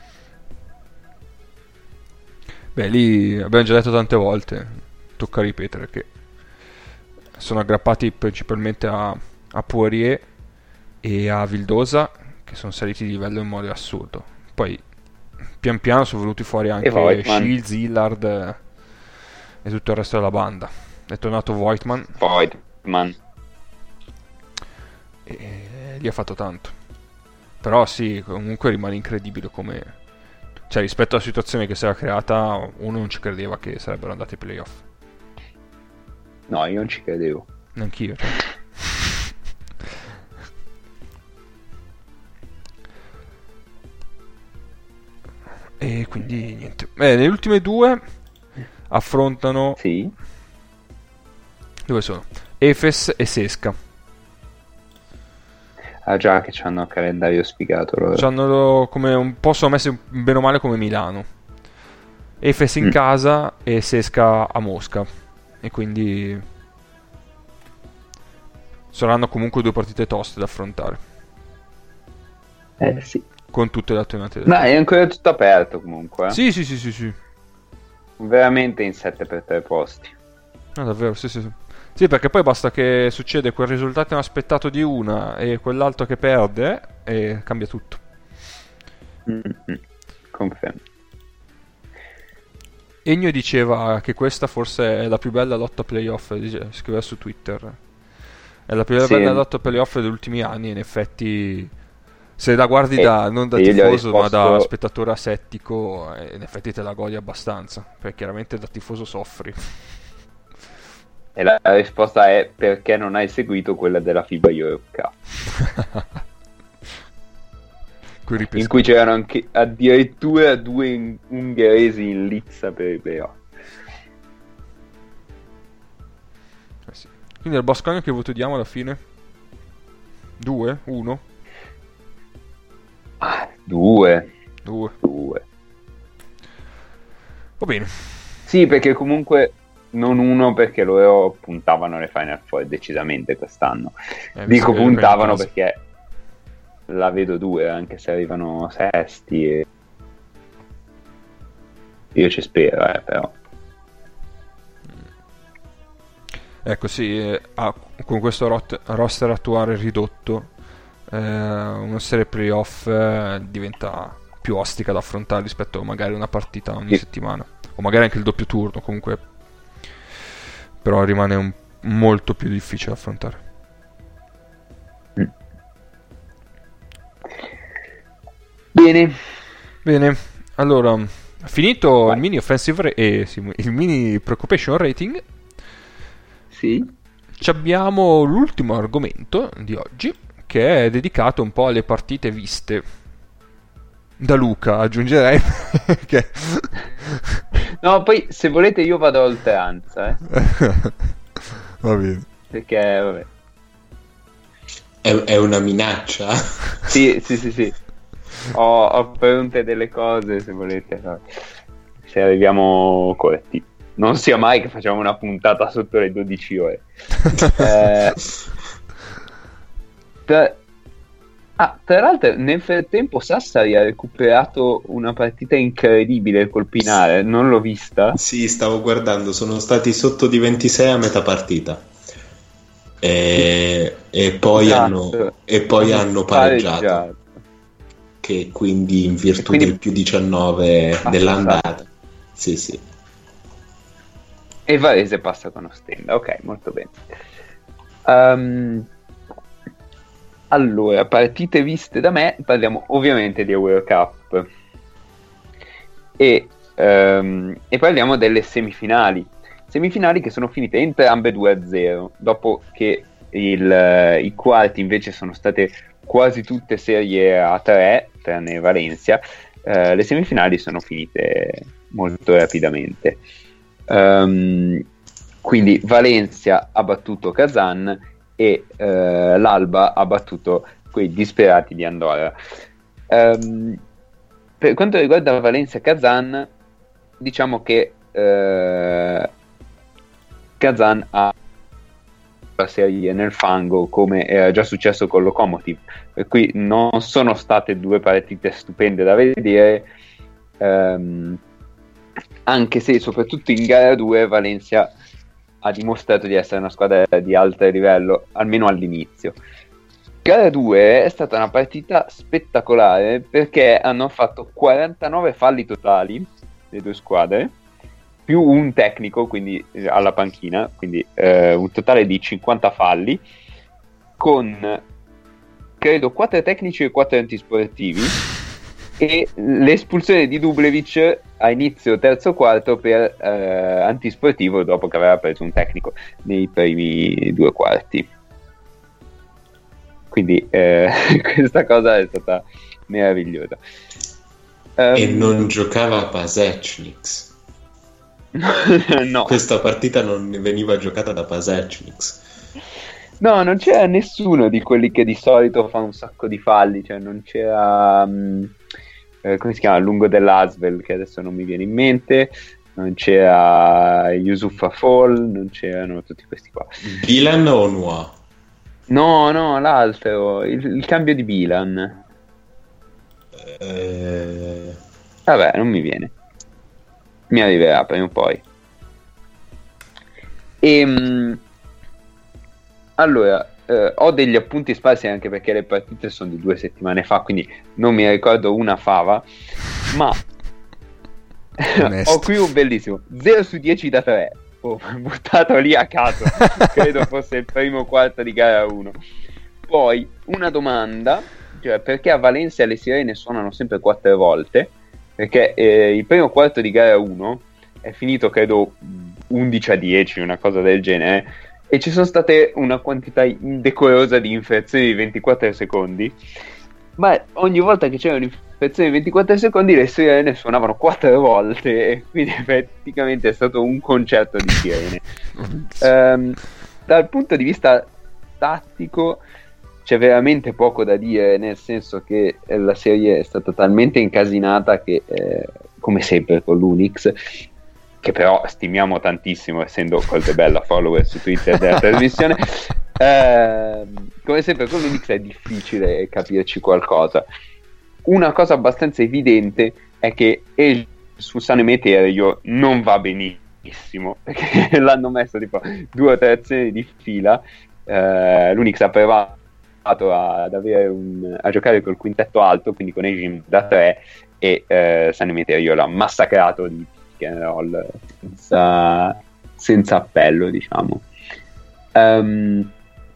Beh, lì abbiamo già detto tante volte, tocca ripetere che sono aggrappati principalmente a, a Poirier e a Vildosa, che sono saliti di livello in modo assurdo. Poi pian piano sono venuti fuori anche Shields, Hillard e tutto il resto della banda. È tornato Voigtman Voigtman e gli ha fatto tanto. Però sì, comunque rimane incredibile come Cioè, rispetto alla situazione che si era creata, uno non ci credeva che sarebbero andati ai playoff. No, io non ci credevo. Neanch'io, cioè. E quindi niente. Beh, le ultime due affrontano... Sì. Dove sono? Efes e Sesca. Ah già, che c'hanno il calendario spiegato loro. C'hanno come un po' sono messi bene o male come Milano. Efes in Mm. casa e Sesca a Mosca. E quindi saranno comunque due partite toste da affrontare. Eh sì. Con tutte le alternate. Ma è ancora tutto aperto comunque. Eh? Sì, sì, sì, sì, sì. Veramente in sette per tre posti. No, davvero, sì, sì, sì. Sì, perché poi basta che succede quel risultato inaspettato di una e quell'altro che perde e cambia tutto. Mm-hmm. Confermo. Ennio diceva che questa forse è la più bella lotta playoff, dice- scriveva su Twitter. È la più Sì. bella lotta playoff degli ultimi anni, in effetti se la guardi E- da, non da e io gli ho tifoso ma da risposto- spettatore asettico, eh, in effetti te la godi abbastanza, perché chiaramente da tifoso soffri. E la la risposta è perché non hai seguito quella della FIBA Europe Cup, Qui in ripesca- cui c'erano anche addirittura due in- ungheresi in lizza per i playoff. Eh sì. Quindi al Basconia che voto diamo alla fine? Due? Uno? Ah, due. Due. Due. Va bene. Sì, perché comunque non uno, perché loro puntavano alle Final Four decisamente quest'anno. Eh, visto Dico che giocano in puntavano casa. perché la vedo due, anche se arrivano sesti. E... io ci spero, eh, però. Ecco, sì, eh, ah, con questo rot- roster attuale ridotto, eh, una serie playoff eh, diventa più ostica da affrontare rispetto a magari una partita ogni Sì. settimana, o magari anche il doppio turno, comunque, però rimane un- molto più difficile da affrontare. Bene. Bene, allora, finito Vai. il mini offensive ra- eh, sì, il mini preoccupation rating, Sì. ci abbiamo l'ultimo argomento di oggi, che è dedicato un po' alle partite viste da Luca, aggiungerei che... No, poi se volete io vado a oltranza, eh. Va bene. Perché, vabbè. È, è una minaccia. Sì, sì, sì, sì. Ho, ho pronte delle cose, se volete. no. Se arriviamo corretti. Non sia mai che facciamo una puntata sotto le dodici ore. eh, tra... Ah, tra l'altro, nel frattempo Sassari ha recuperato una partita incredibile col Pinare. Non l'ho vista. Sì, stavo guardando, sono stati sotto di ventisei a metà partita. E, e poi, Esatto. hanno, e poi hanno pareggiato, che quindi in virtù E quindi- del più diciannove Ah, dell'andata. Sì, sì. E Varese passa con Ostenda. Ok, molto bene. Ehm, allora, partite viste da me, parliamo ovviamente di Eurocup. E, ehm, e parliamo delle semifinali. Semifinali che sono finite entrambe due a zero, dopo che il, eh, i quarti invece sono state quasi tutte serie a tre, tranne Valencia. Eh, le semifinali sono finite molto rapidamente. Ehm, quindi Valencia ha battuto Kazan e eh, l'Alba ha battuto quei disperati di Andorra. Ehm, per quanto riguarda Valencia-Kazan, diciamo che eh, Kazan ha la serie nel fango, come era già successo con Lokomotiv, per cui non sono state due partite stupende da vedere, ehm, anche se soprattutto in gara due Valencia ha dimostrato di essere una squadra di alto livello, almeno all'inizio. Gara due è stata una partita spettacolare perché hanno fatto quarantanove falli totali le due squadre, più un tecnico, quindi eh, alla panchina, quindi eh, un totale di cinquanta falli, con credo quattro tecnici e quattro antisportivi, e l'espulsione di Dublevic a inizio terzo quarto per eh, antisportivo, dopo che aveva preso un tecnico nei primi due quarti. Quindi eh, questa cosa è stata meravigliosa. Um, e non giocava Pasechniks. No. Questa partita non veniva giocata da Pasechniks. No, non c'era nessuno di quelli che di solito fa un sacco di falli, cioè non c'era um, eh, come si chiama, Lungo dell'Asvel, che adesso non mi viene in mente, non c'era Yusufa Fall, non c'erano tutti questi qua. Bilan o Noah? No, no, l'altro, il, il cambio di Bilan. Eh... Vabbè, non mi viene. Mi arriverà prima o poi. E, allora, eh, ho degli appunti sparsi anche perché le partite sono di due settimane fa, quindi non mi ricordo una fava, ma ho qui un bellissimo zero su dieci da tre. Oh, buttato lì a caso, credo fosse il primo quarto di gara uno. Poi una domanda, cioè perché a Valencia le sirene suonano sempre quattro volte? Perché eh, il primo quarto di gara uno è finito credo undici a dieci, una cosa del genere, e ci sono state una quantità indecorosa di infrazioni di ventiquattro secondi, ma ogni volta che c'era un'infrazione di ventiquattro secondi le sirene suonavano quattro volte, e quindi praticamente è stato un concerto di sirene. um, dal punto di vista tattico c'è veramente poco da dire, nel senso che la serie è stata talmente incasinata che eh, come sempre con l'Unix, che però stimiamo tantissimo essendo Coltebella follower su Twitter della trasmissione, eh, come sempre con l'Unix è difficile capirci qualcosa. Una cosa abbastanza evidente è che Age su San Emeterio non va benissimo, perché l'hanno messo tipo due o tre azioni di fila. eh, l'Unix ha provato ad avere un, a giocare col quintetto alto, quindi con Age da tre, e eh, San Emeterio l'ha massacrato di pick and roll senza, senza appello, diciamo. Um,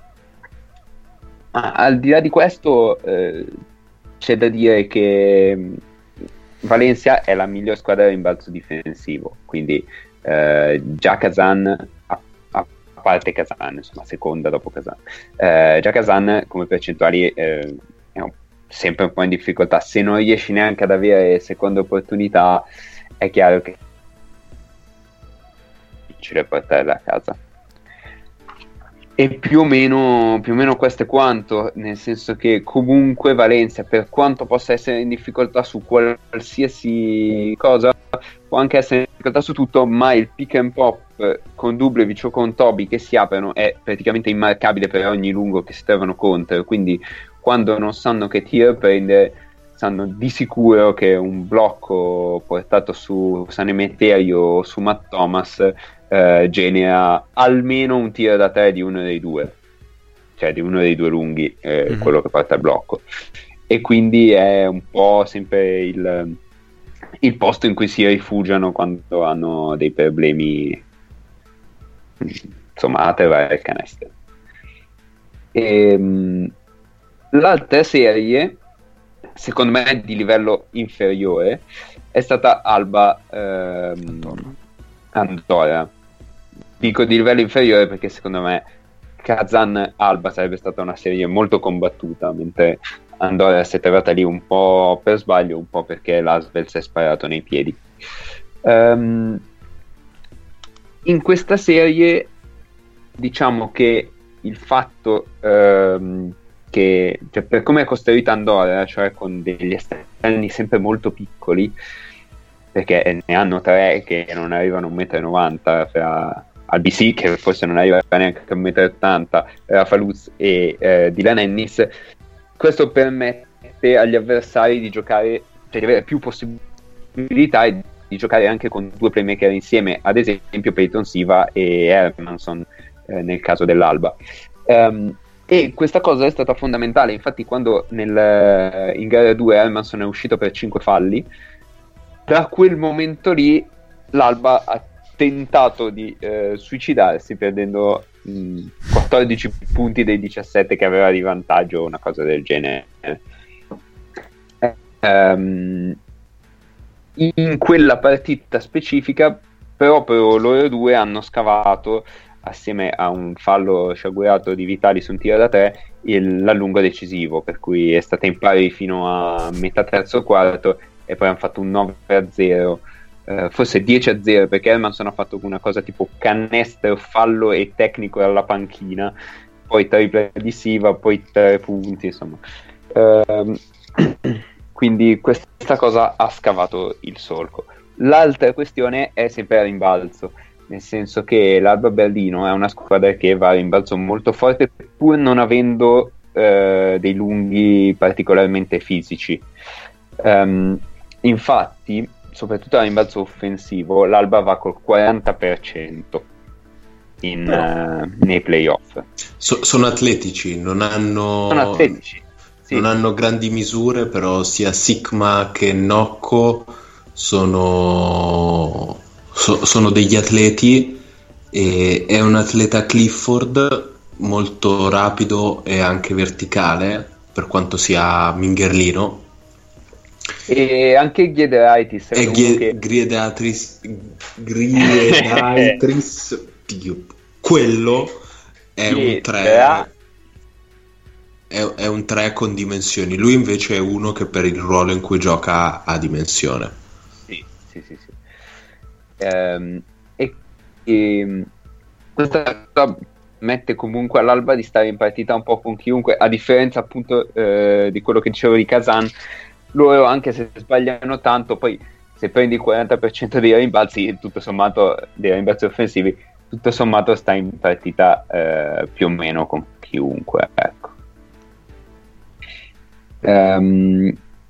ma al di là di questo eh, c'è da dire che Valencia è la miglior squadra in balzo difensivo, quindi eh, già Kazan, a, a parte Kazan, insomma seconda dopo Kazan, eh, già Kazan come percentuali eh, è un, sempre un po' in difficoltà. Se non riesci neanche ad avere seconde opportunità, è chiaro che è difficile portarla a casa. E più o meno più o meno questo è quanto, nel senso che comunque Valencia, per quanto possa essere in difficoltà su qualsiasi cosa, può anche essere in difficoltà su tutto, ma il pick and pop con Dublevic o con Toby che si aprono è praticamente immarcabile per ogni lungo che si trovano contro, quindi quando non sanno che tiro prendere, sanno di sicuro che un blocco portato su San Emeterio o su Matt Thomas eh, genera almeno un tiro da tre di uno dei due, cioè di uno dei due lunghi, eh, mm-hmm. quello che porta il blocco, e quindi è un po' sempre il, il posto in cui si rifugiano quando hanno dei problemi, insomma, a trovare il canestro. E, l'altra serie, secondo me di livello inferiore, è stata Alba ehm, Andorra. Dico di livello inferiore perché secondo me Kazan Alba sarebbe stata una serie molto combattuta, mentre Andorra si è trovata lì un po' per sbaglio, un po' perché l'Asvel si è sparato nei piedi. Um, in questa serie diciamo che il fatto um, che, cioè, per come è costruita Andorra, cioè con degli esterni sempre molto piccoli, perché ne hanno tre che non arrivano a un metro e novanta fra al B C, che forse non arriva neanche a un metro e ottanta, Rafa Luz e eh, Dylan Ennis, questo permette agli avversari di giocare, cioè di avere più possibilità e di giocare anche con due playmaker insieme, ad esempio Peyton Siva e Hermanson eh, nel caso dell'Alba. Um, e questa cosa è stata fondamentale, infatti quando nel, in gara due Hermanson è uscito per cinque falli, da quel momento lì l'Alba ha tentato di eh, suicidarsi perdendo mh, quattordici punti dei diciassette che aveva di vantaggio, una cosa del genere. ehm, in quella partita specifica proprio loro due hanno scavato, assieme a un fallo sciagurato di Vitali su un tiro da tre, il, l'allungo decisivo, per cui è stata in pari fino a metà terzo quarto e poi hanno fatto un nove a zero, eh, forse dieci a zero, perché Hermanson ha fatto una cosa tipo canestro, fallo e tecnico dalla panchina, poi triple di Siva, poi tre punti, insomma. Ehm, quindi questa cosa ha scavato il solco. L'altra questione è sempre a rimbalzo, nel senso che l'Alba Berlino è una squadra che va a rimbalzo molto forte, pur non avendo eh, dei lunghi particolarmente fisici. Um, infatti, soprattutto a rimbalzo offensivo, l'Alba va col quaranta per cento in, uh, nei playoff. So, sono atletici, non hanno... Sono atletici. Sì. Non hanno grandi misure, però sia Sigma che Nocco sono, so, sono degli atleti, e è un atleta Clifford molto rapido e anche verticale, per quanto sia mingherlino. E anche Giedraitis e Gie- che... Griedatris Griedatris quello è Giedra... un tre È, è un tre con dimensioni. Lui invece è uno che per il ruolo in cui gioca ha dimensione. Sì, sì, sì, sì. Ehm, e, e questa cosa mette comunque all'Alba di stare in partita un po' con chiunque, a differenza appunto eh, di quello che dicevo di Kazan. Loro, anche se sbagliano tanto, poi se prendi il quaranta per cento dei rimbalzi, tutto sommato, dei rimbalzi offensivi, tutto sommato sta in partita eh, più o meno con chiunque, ecco. Um,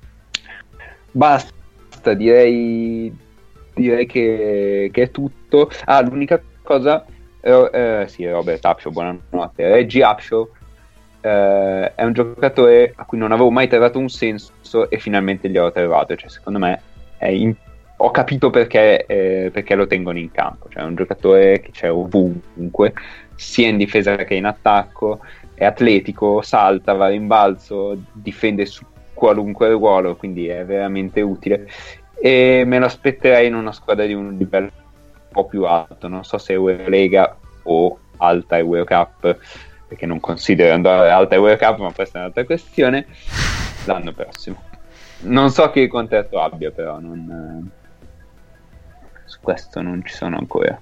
basta, direi direi che, che è tutto. Ah, l'unica cosa, eh, eh, sì, Robert Upshaw, buonanotte. Reggie Upshaw eh, è un giocatore a cui non avevo mai trovato un senso e finalmente gli ho trovato. Cioè, secondo me è in, ho capito perché, eh, perché lo tengono in campo. Cioè, è un giocatore che c'è ovunque, sia in difesa che in attacco. È atletico, salta, va in balzo, difende su qualunque ruolo, quindi è veramente utile, e me lo aspetterei in una squadra di un livello un po' più alto, non so se Eurolega o alta Eurocup, perché non considero andare alta Eurocup, ma questa è un'altra questione, l'anno prossimo. Non so che contratto abbia, però non, su questo non ci sono ancora.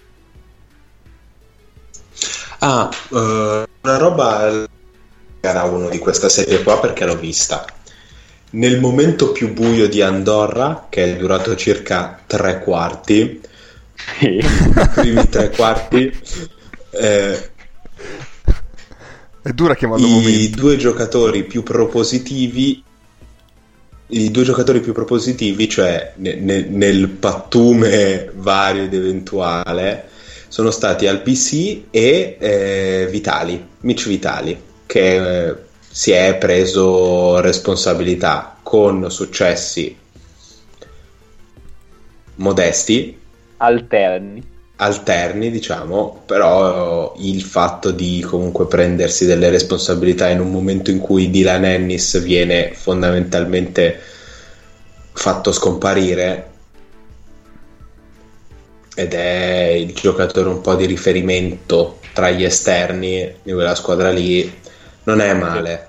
Ah, uh, una roba, era uno di questa serie qua perché l'ho vista nel momento più buio di Andorra, che è durato circa tre quarti, i primi tre quarti, eh, è dura chiamarlo i momento. due giocatori più propositivi i due giocatori più propositivi, cioè ne, ne, nel pattume vario ed eventuale, sono stati al P C e eh, Vitali, Mitch Vitali, che eh, si è preso responsabilità con successi modesti, alterni, alterni diciamo, però il fatto di comunque prendersi delle responsabilità in un momento in cui Dylan Ennis viene fondamentalmente fatto scomparire ed è il giocatore un po' di riferimento tra gli esterni di quella squadra lì, non è male,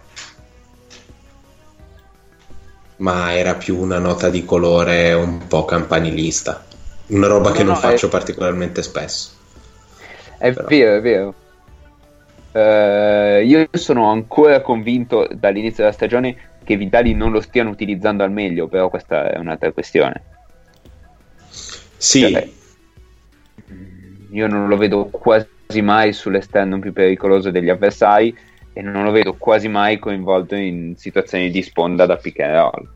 ma era più una nota di colore un po' campanilista, una roba no, che non no, faccio è... particolarmente spesso. È però. vero, è vero. Uh, io sono ancora convinto dall'inizio della stagione che Vitali non lo stiano utilizzando al meglio, però questa è un'altra questione. Sì. Cioè, io non lo vedo quasi mai sull'esterno più pericoloso degli avversari e non lo vedo quasi mai coinvolto in situazioni di sponda da pick and roll.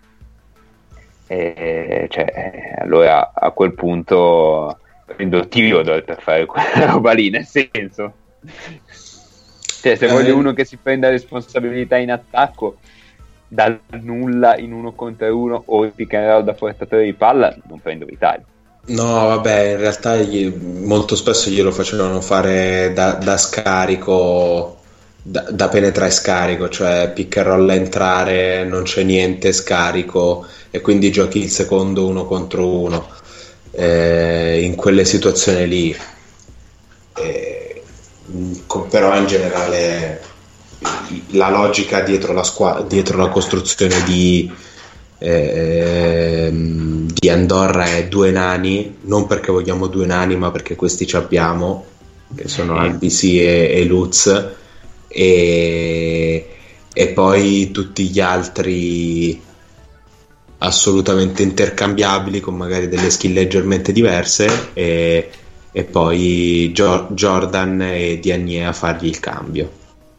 E, cioè, allora a quel punto prendo Theodore per fare quella roba lì, nel senso, cioè, se eh. voglio uno che si prenda responsabilità in attacco dal nulla in uno contro uno o il pick and roll da portatore di palla, non prendo Vitali. No, vabbè, in realtà gli, molto spesso glielo facevano fare da, da scarico da, da penetrare e scarico, cioè pick and roll a entrare, non c'è niente, scarico, e quindi giochi il secondo uno contro uno. Eh, in quelle situazioni lì, eh, però in generale la logica dietro la, squa- dietro la costruzione di, eh, di Andorra è due nani, non perché vogliamo due nani, ma perché questi ci abbiamo, che sono Albisi e, e Lutz, e, e poi tutti gli altri assolutamente intercambiabili con magari delle skill leggermente diverse, e, e poi Gio- Jordan e Diagne a fargli il cambio.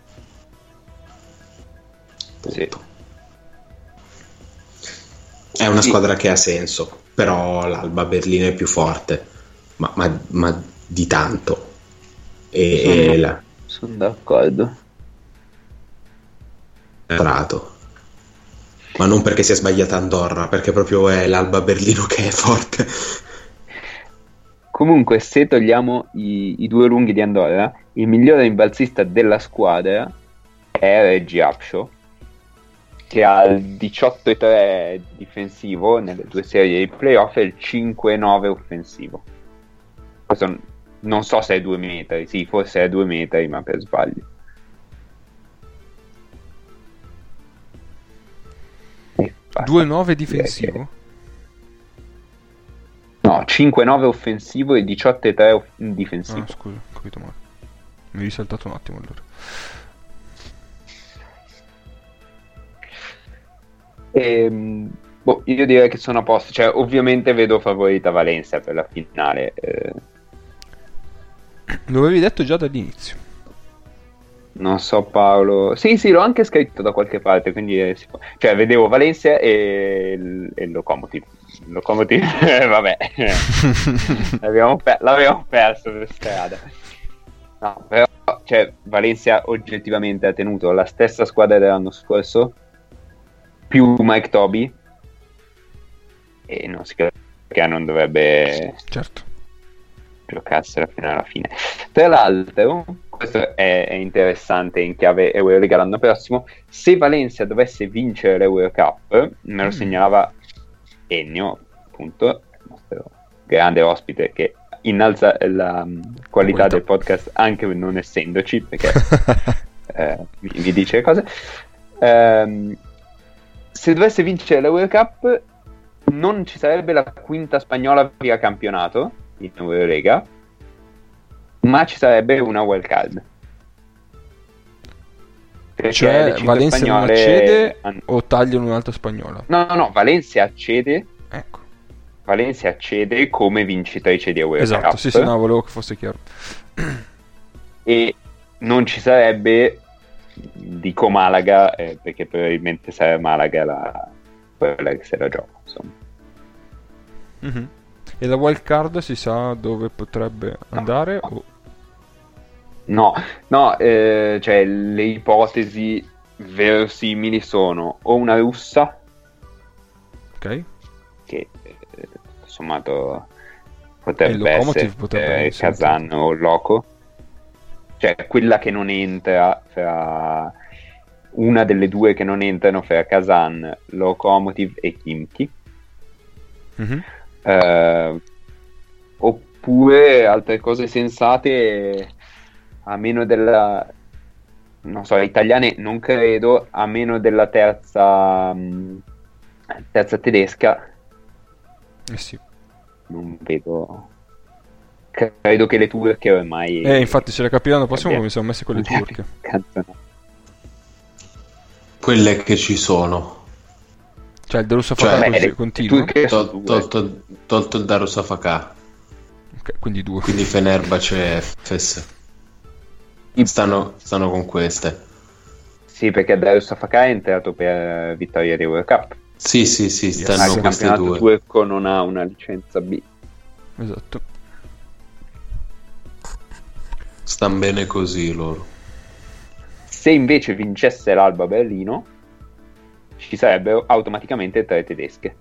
Sì. È una sì. squadra che ha senso, però l'Alba Berlino è più forte, ma, ma, ma di tanto, e, sono, e la... sono d'accordo. Prato. Ma non perché sia sbagliata Andorra, perché proprio è l'Alba Berlino che è forte. Comunque, se togliamo i, i due lunghi di Andorra, il migliore rimbalzista della squadra è Reggie Upshaw, che ha il diciotto e tre difensivo nelle due serie di playoff e il cinque e nove offensivo. Questo non so se è due metri, sì, forse è due metri, ma per sbaglio. due nove difensivo? No, cinque nove offensivo e diciotto e tre off- difensivo. Ah, scusa, ho capito male. Mi è risaltato un attimo allora. Ehm, boh, io direi che sono a posto. Cioè, ovviamente vedo favorita Valencia per la finale. Eh, Lo avevi detto già dall'inizio. non so, Paolo. Sì, sì, l'ho anche scritto da qualche parte. Quindi, eh, si può... cioè, vedevo Valencia e il, e il Lokomotiv. Il Lokomotiv, eh, vabbè, l'abbiamo, per- l'abbiamo perso per strada. No, però, cioè, Valencia oggettivamente ha tenuto la stessa squadra dell'anno scorso, più Mike Toby, e non si capisce perché non dovrebbe Certo. giocarsela fino alla fine. Tra l'altro, questo è, è interessante in chiave Eurolega l'anno prossimo, se Valencia dovesse vincere l'Eurocup, me lo segnalava Ennio, appunto, il nostro grande ospite che innalza la um, qualità del podcast anche non essendoci, perché eh, mi, mi dice le cose. Um, se dovesse vincere l'Eurocup non ci sarebbe la quinta spagnola via campionato in Eurolega, ma ci sarebbe una wild card. Perché cioè Valencia spagnole... non accede hanno... o tagliano un'altra spagnola? No, no, no, Valencia accede. Ecco. Valencia accede come vincitrice di Eurocup. Esatto, sì, sì, no, volevo che fosse chiaro. E non ci sarebbe, dico Malaga, eh, perché probabilmente sarà Malaga la... quella che se la gioca, insomma. Mm-hmm. E la wild card si sa dove potrebbe andare? No, o... no, no eh, cioè le ipotesi verosimili sono o una russa, ok, che eh, sommato potrebbe essere, potrebbe eh, Kazan o Loco, cioè quella che non entra fra una delle due che non entrano fra Kazan, Lokomotiv e Khimki. Mm-hmm. Uh, oppure altre cose sensate, a meno della, non so, italiane non credo, a meno della terza mh, terza tedesca, eh sì, non vedo. Credo che le turche ormai, eh infatti se le capirà l'anno prossimo come siamo messi con le turche, quelle che ci sono. Cioè il Darussafaka cioè, continua, Tol- tolto, tolto il Darussafaka, okay, quindi due, quindi Fenerbahce e Efes stanno, stanno con queste. Sì, perché Darussafaka è entrato per vittoria di Eurocup. Sì, sì, sì, stanno yes. queste Il due. campionato turco non ha una licenza B. Esatto. Stanno bene così loro. Se invece vincesse l'Alba Berlino, ci sarebbero automaticamente tre tedesche.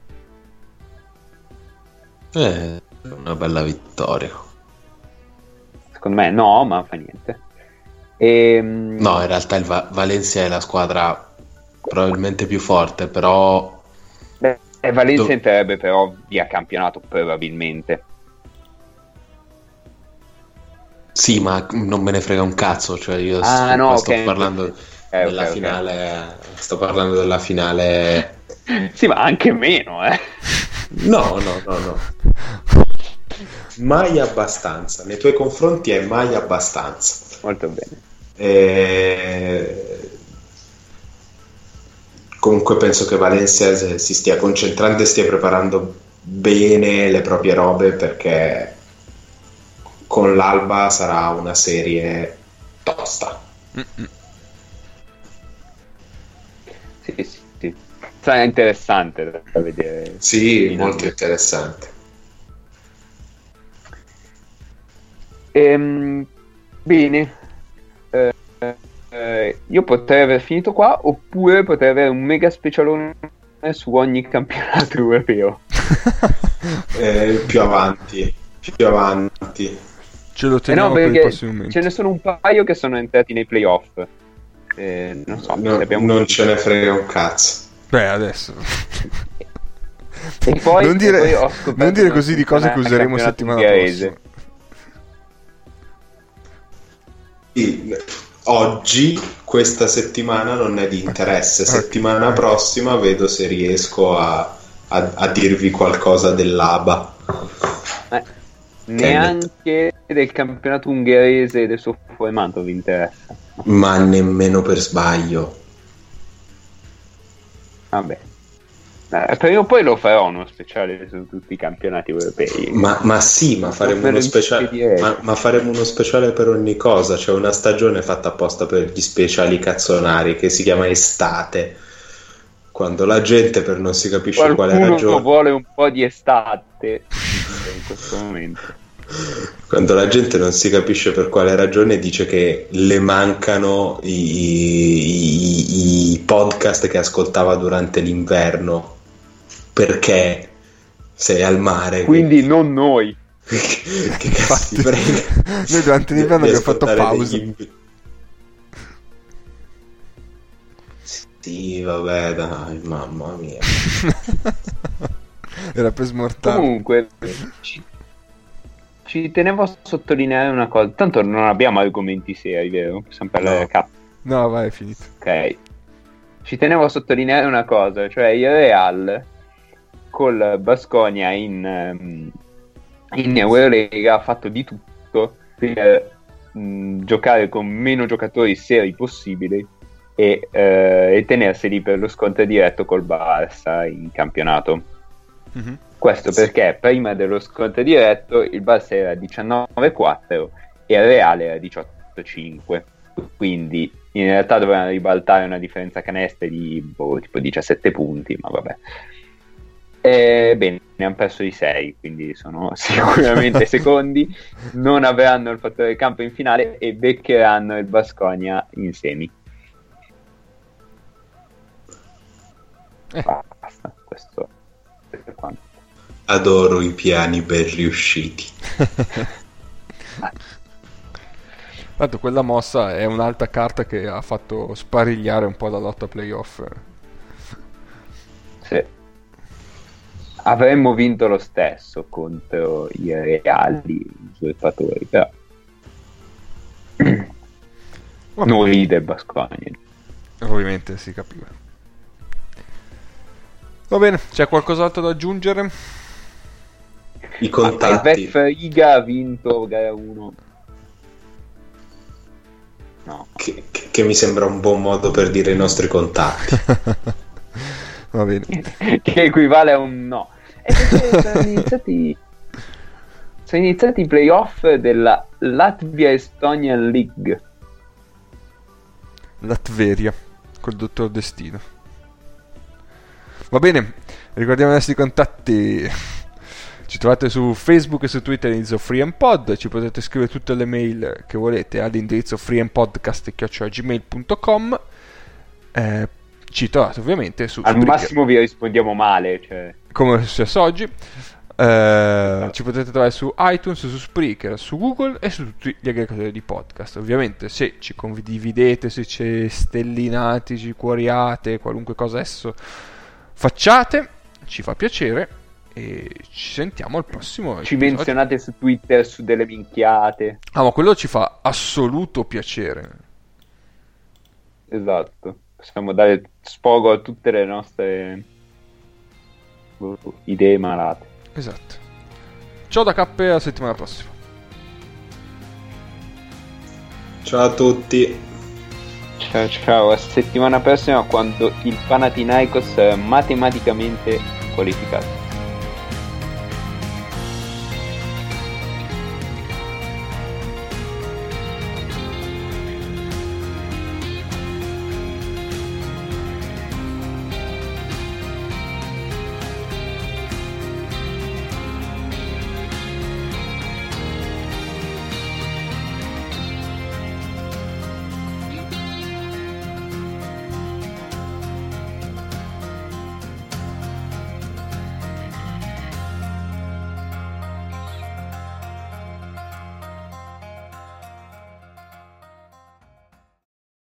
Eh, una bella vittoria. Secondo me no, ma fa niente. E, no, in realtà il Va- Valencia è la squadra probabilmente più forte, però beh, Valencia Do- entrerebbe però via campionato probabilmente. sì, ma non me ne frega un cazzo, cioè io Ah, sto, no, sto ok, parlando eh, della ok, ok. finale, sto parlando della finale. Sì, ma anche meno, eh. No, no, no, no. Mai abbastanza. Nei tuoi confronti è mai abbastanza. Molto bene. E... comunque penso che Valencia si stia concentrando e stia preparando bene le proprie robe, perché con l'Alba sarà una serie tosta. Mm-mm. Sì, sì, sì. Sarà interessante da, da vedere. Sì, Finalmente. molto interessante. Ehm, bene. Eh, eh, io potrei aver finito qua, oppure potrei avere un mega specialone su ogni campionato europeo. Eh, più avanti, più avanti. Ce lo Eh teniamo no, per il perché prossimo momento. ce ne sono un paio che sono entrati nei playoff. Eh, non so, No, se abbiamo... non ce ne frega un cazzo. Beh, adesso. E poi, non dire, e poi ho scoperto non dire che così di cose che funziona useremo il settimana campionato ungherese. prossima. Sì, oggi, questa settimana non è di interesse. Settimana prossima vedo se riesco a, a, a dirvi qualcosa dell'A B A. Eh, neanche del campionato ungherese e del suo formato vi interessa? Ma nemmeno per sbaglio. Vabbè. Eh, prima o poi lo farò uno speciale su tutti i campionati europei. Ma, ma sì, ma faremo, Per uno il speciale, direi. ma, ma faremo uno speciale per ogni cosa. C'è una stagione fatta apposta per gli speciali cazzonari che si chiama estate, quando la gente, per non si capisce quale Qualcuno ragione, vuole un po' di estate in questo momento. quando la gente non si capisce per quale ragione, dice che le mancano i, i, i podcast che ascoltava durante l'inverno, perché sei al mare. Quindi non noi. Che cazzo ti frega? Noi durante l'inverno Di abbiamo fatto ascoltare pausa. degli- Sì, vabbè, dai, mamma mia. Era per smortare. Comunque, ci, ci tenevo a sottolineare una cosa. Tanto non abbiamo argomenti seri, vero? Possiamo parlare No. a capo. No, vai, è finito. Ok. Ci tenevo a sottolineare una cosa, cioè il Real col Baskonia in, ehm, in Eurolega ha fatto di tutto per mh, giocare con meno giocatori seri possibili e, eh, e tenerseli per lo scontro diretto col Barça in campionato. Mhm. Questo perché prima dello scontro diretto il Barça era diciannove quattro e il Real era diciotto cinque, quindi in realtà dovevano ribaltare una differenza canestri di boh, tipo diciassette punti, ma vabbè. E, bene, ne hanno perso di sei, quindi sono sicuramente secondi, non avranno il fattore campo in finale e beccheranno il Baskonia in semi. Eh. Basta, questo è per quanto. Adoro i piani ben riusciti. Tanto quella mossa è un'altra carta che ha fatto sparigliare un po' la lotta playoff. Sì. Avremmo vinto lo stesso contro i reali usurpatori, però Vabbè, noi del Baskonia. ovviamente si capiva. Va bene, c'è qualcos'altro da aggiungere? I Il contatti. Vef Riga ha vinto gara uno. No. Che, che- che mi sembra un buon modo per dire i nostri contatti. Va bene. Che equivale a un no. E perché sono iniziati sono iniziati i playoff della Latvia Estonian League. Latveria col dottor Destino. Va bene, ricordiamo i nostri contatti. Ci trovate su Facebook e su Twitter all'indirizzo FreeandPod. Ci potete scrivere tutte le mail che volete all'indirizzo freeandpodcast chiocciola gmail punto com. Eh, ci trovate ovviamente su Al Spreaker, massimo vi rispondiamo male, cioè. come è successo oggi. Eh, ci potete trovare su iTunes, su Spreaker, su Google e su tutti gli aggregatori di podcast. Ovviamente se ci condividete, se ci stellinate, ci cuoriate, qualunque cosa esso facciate, ci fa piacere e ci sentiamo al prossimo Ci episodio. menzionate su Twitter su delle minchiate. Ah, ma quello ci fa assoluto piacere. Esatto, possiamo dare sfogo a tutte le nostre idee malate. Esatto. Ciao da K, alla settimana prossima. Ciao a tutti. Ciao ciao, a settimana prossima quando il Panathinaikos è matematicamente qualificato.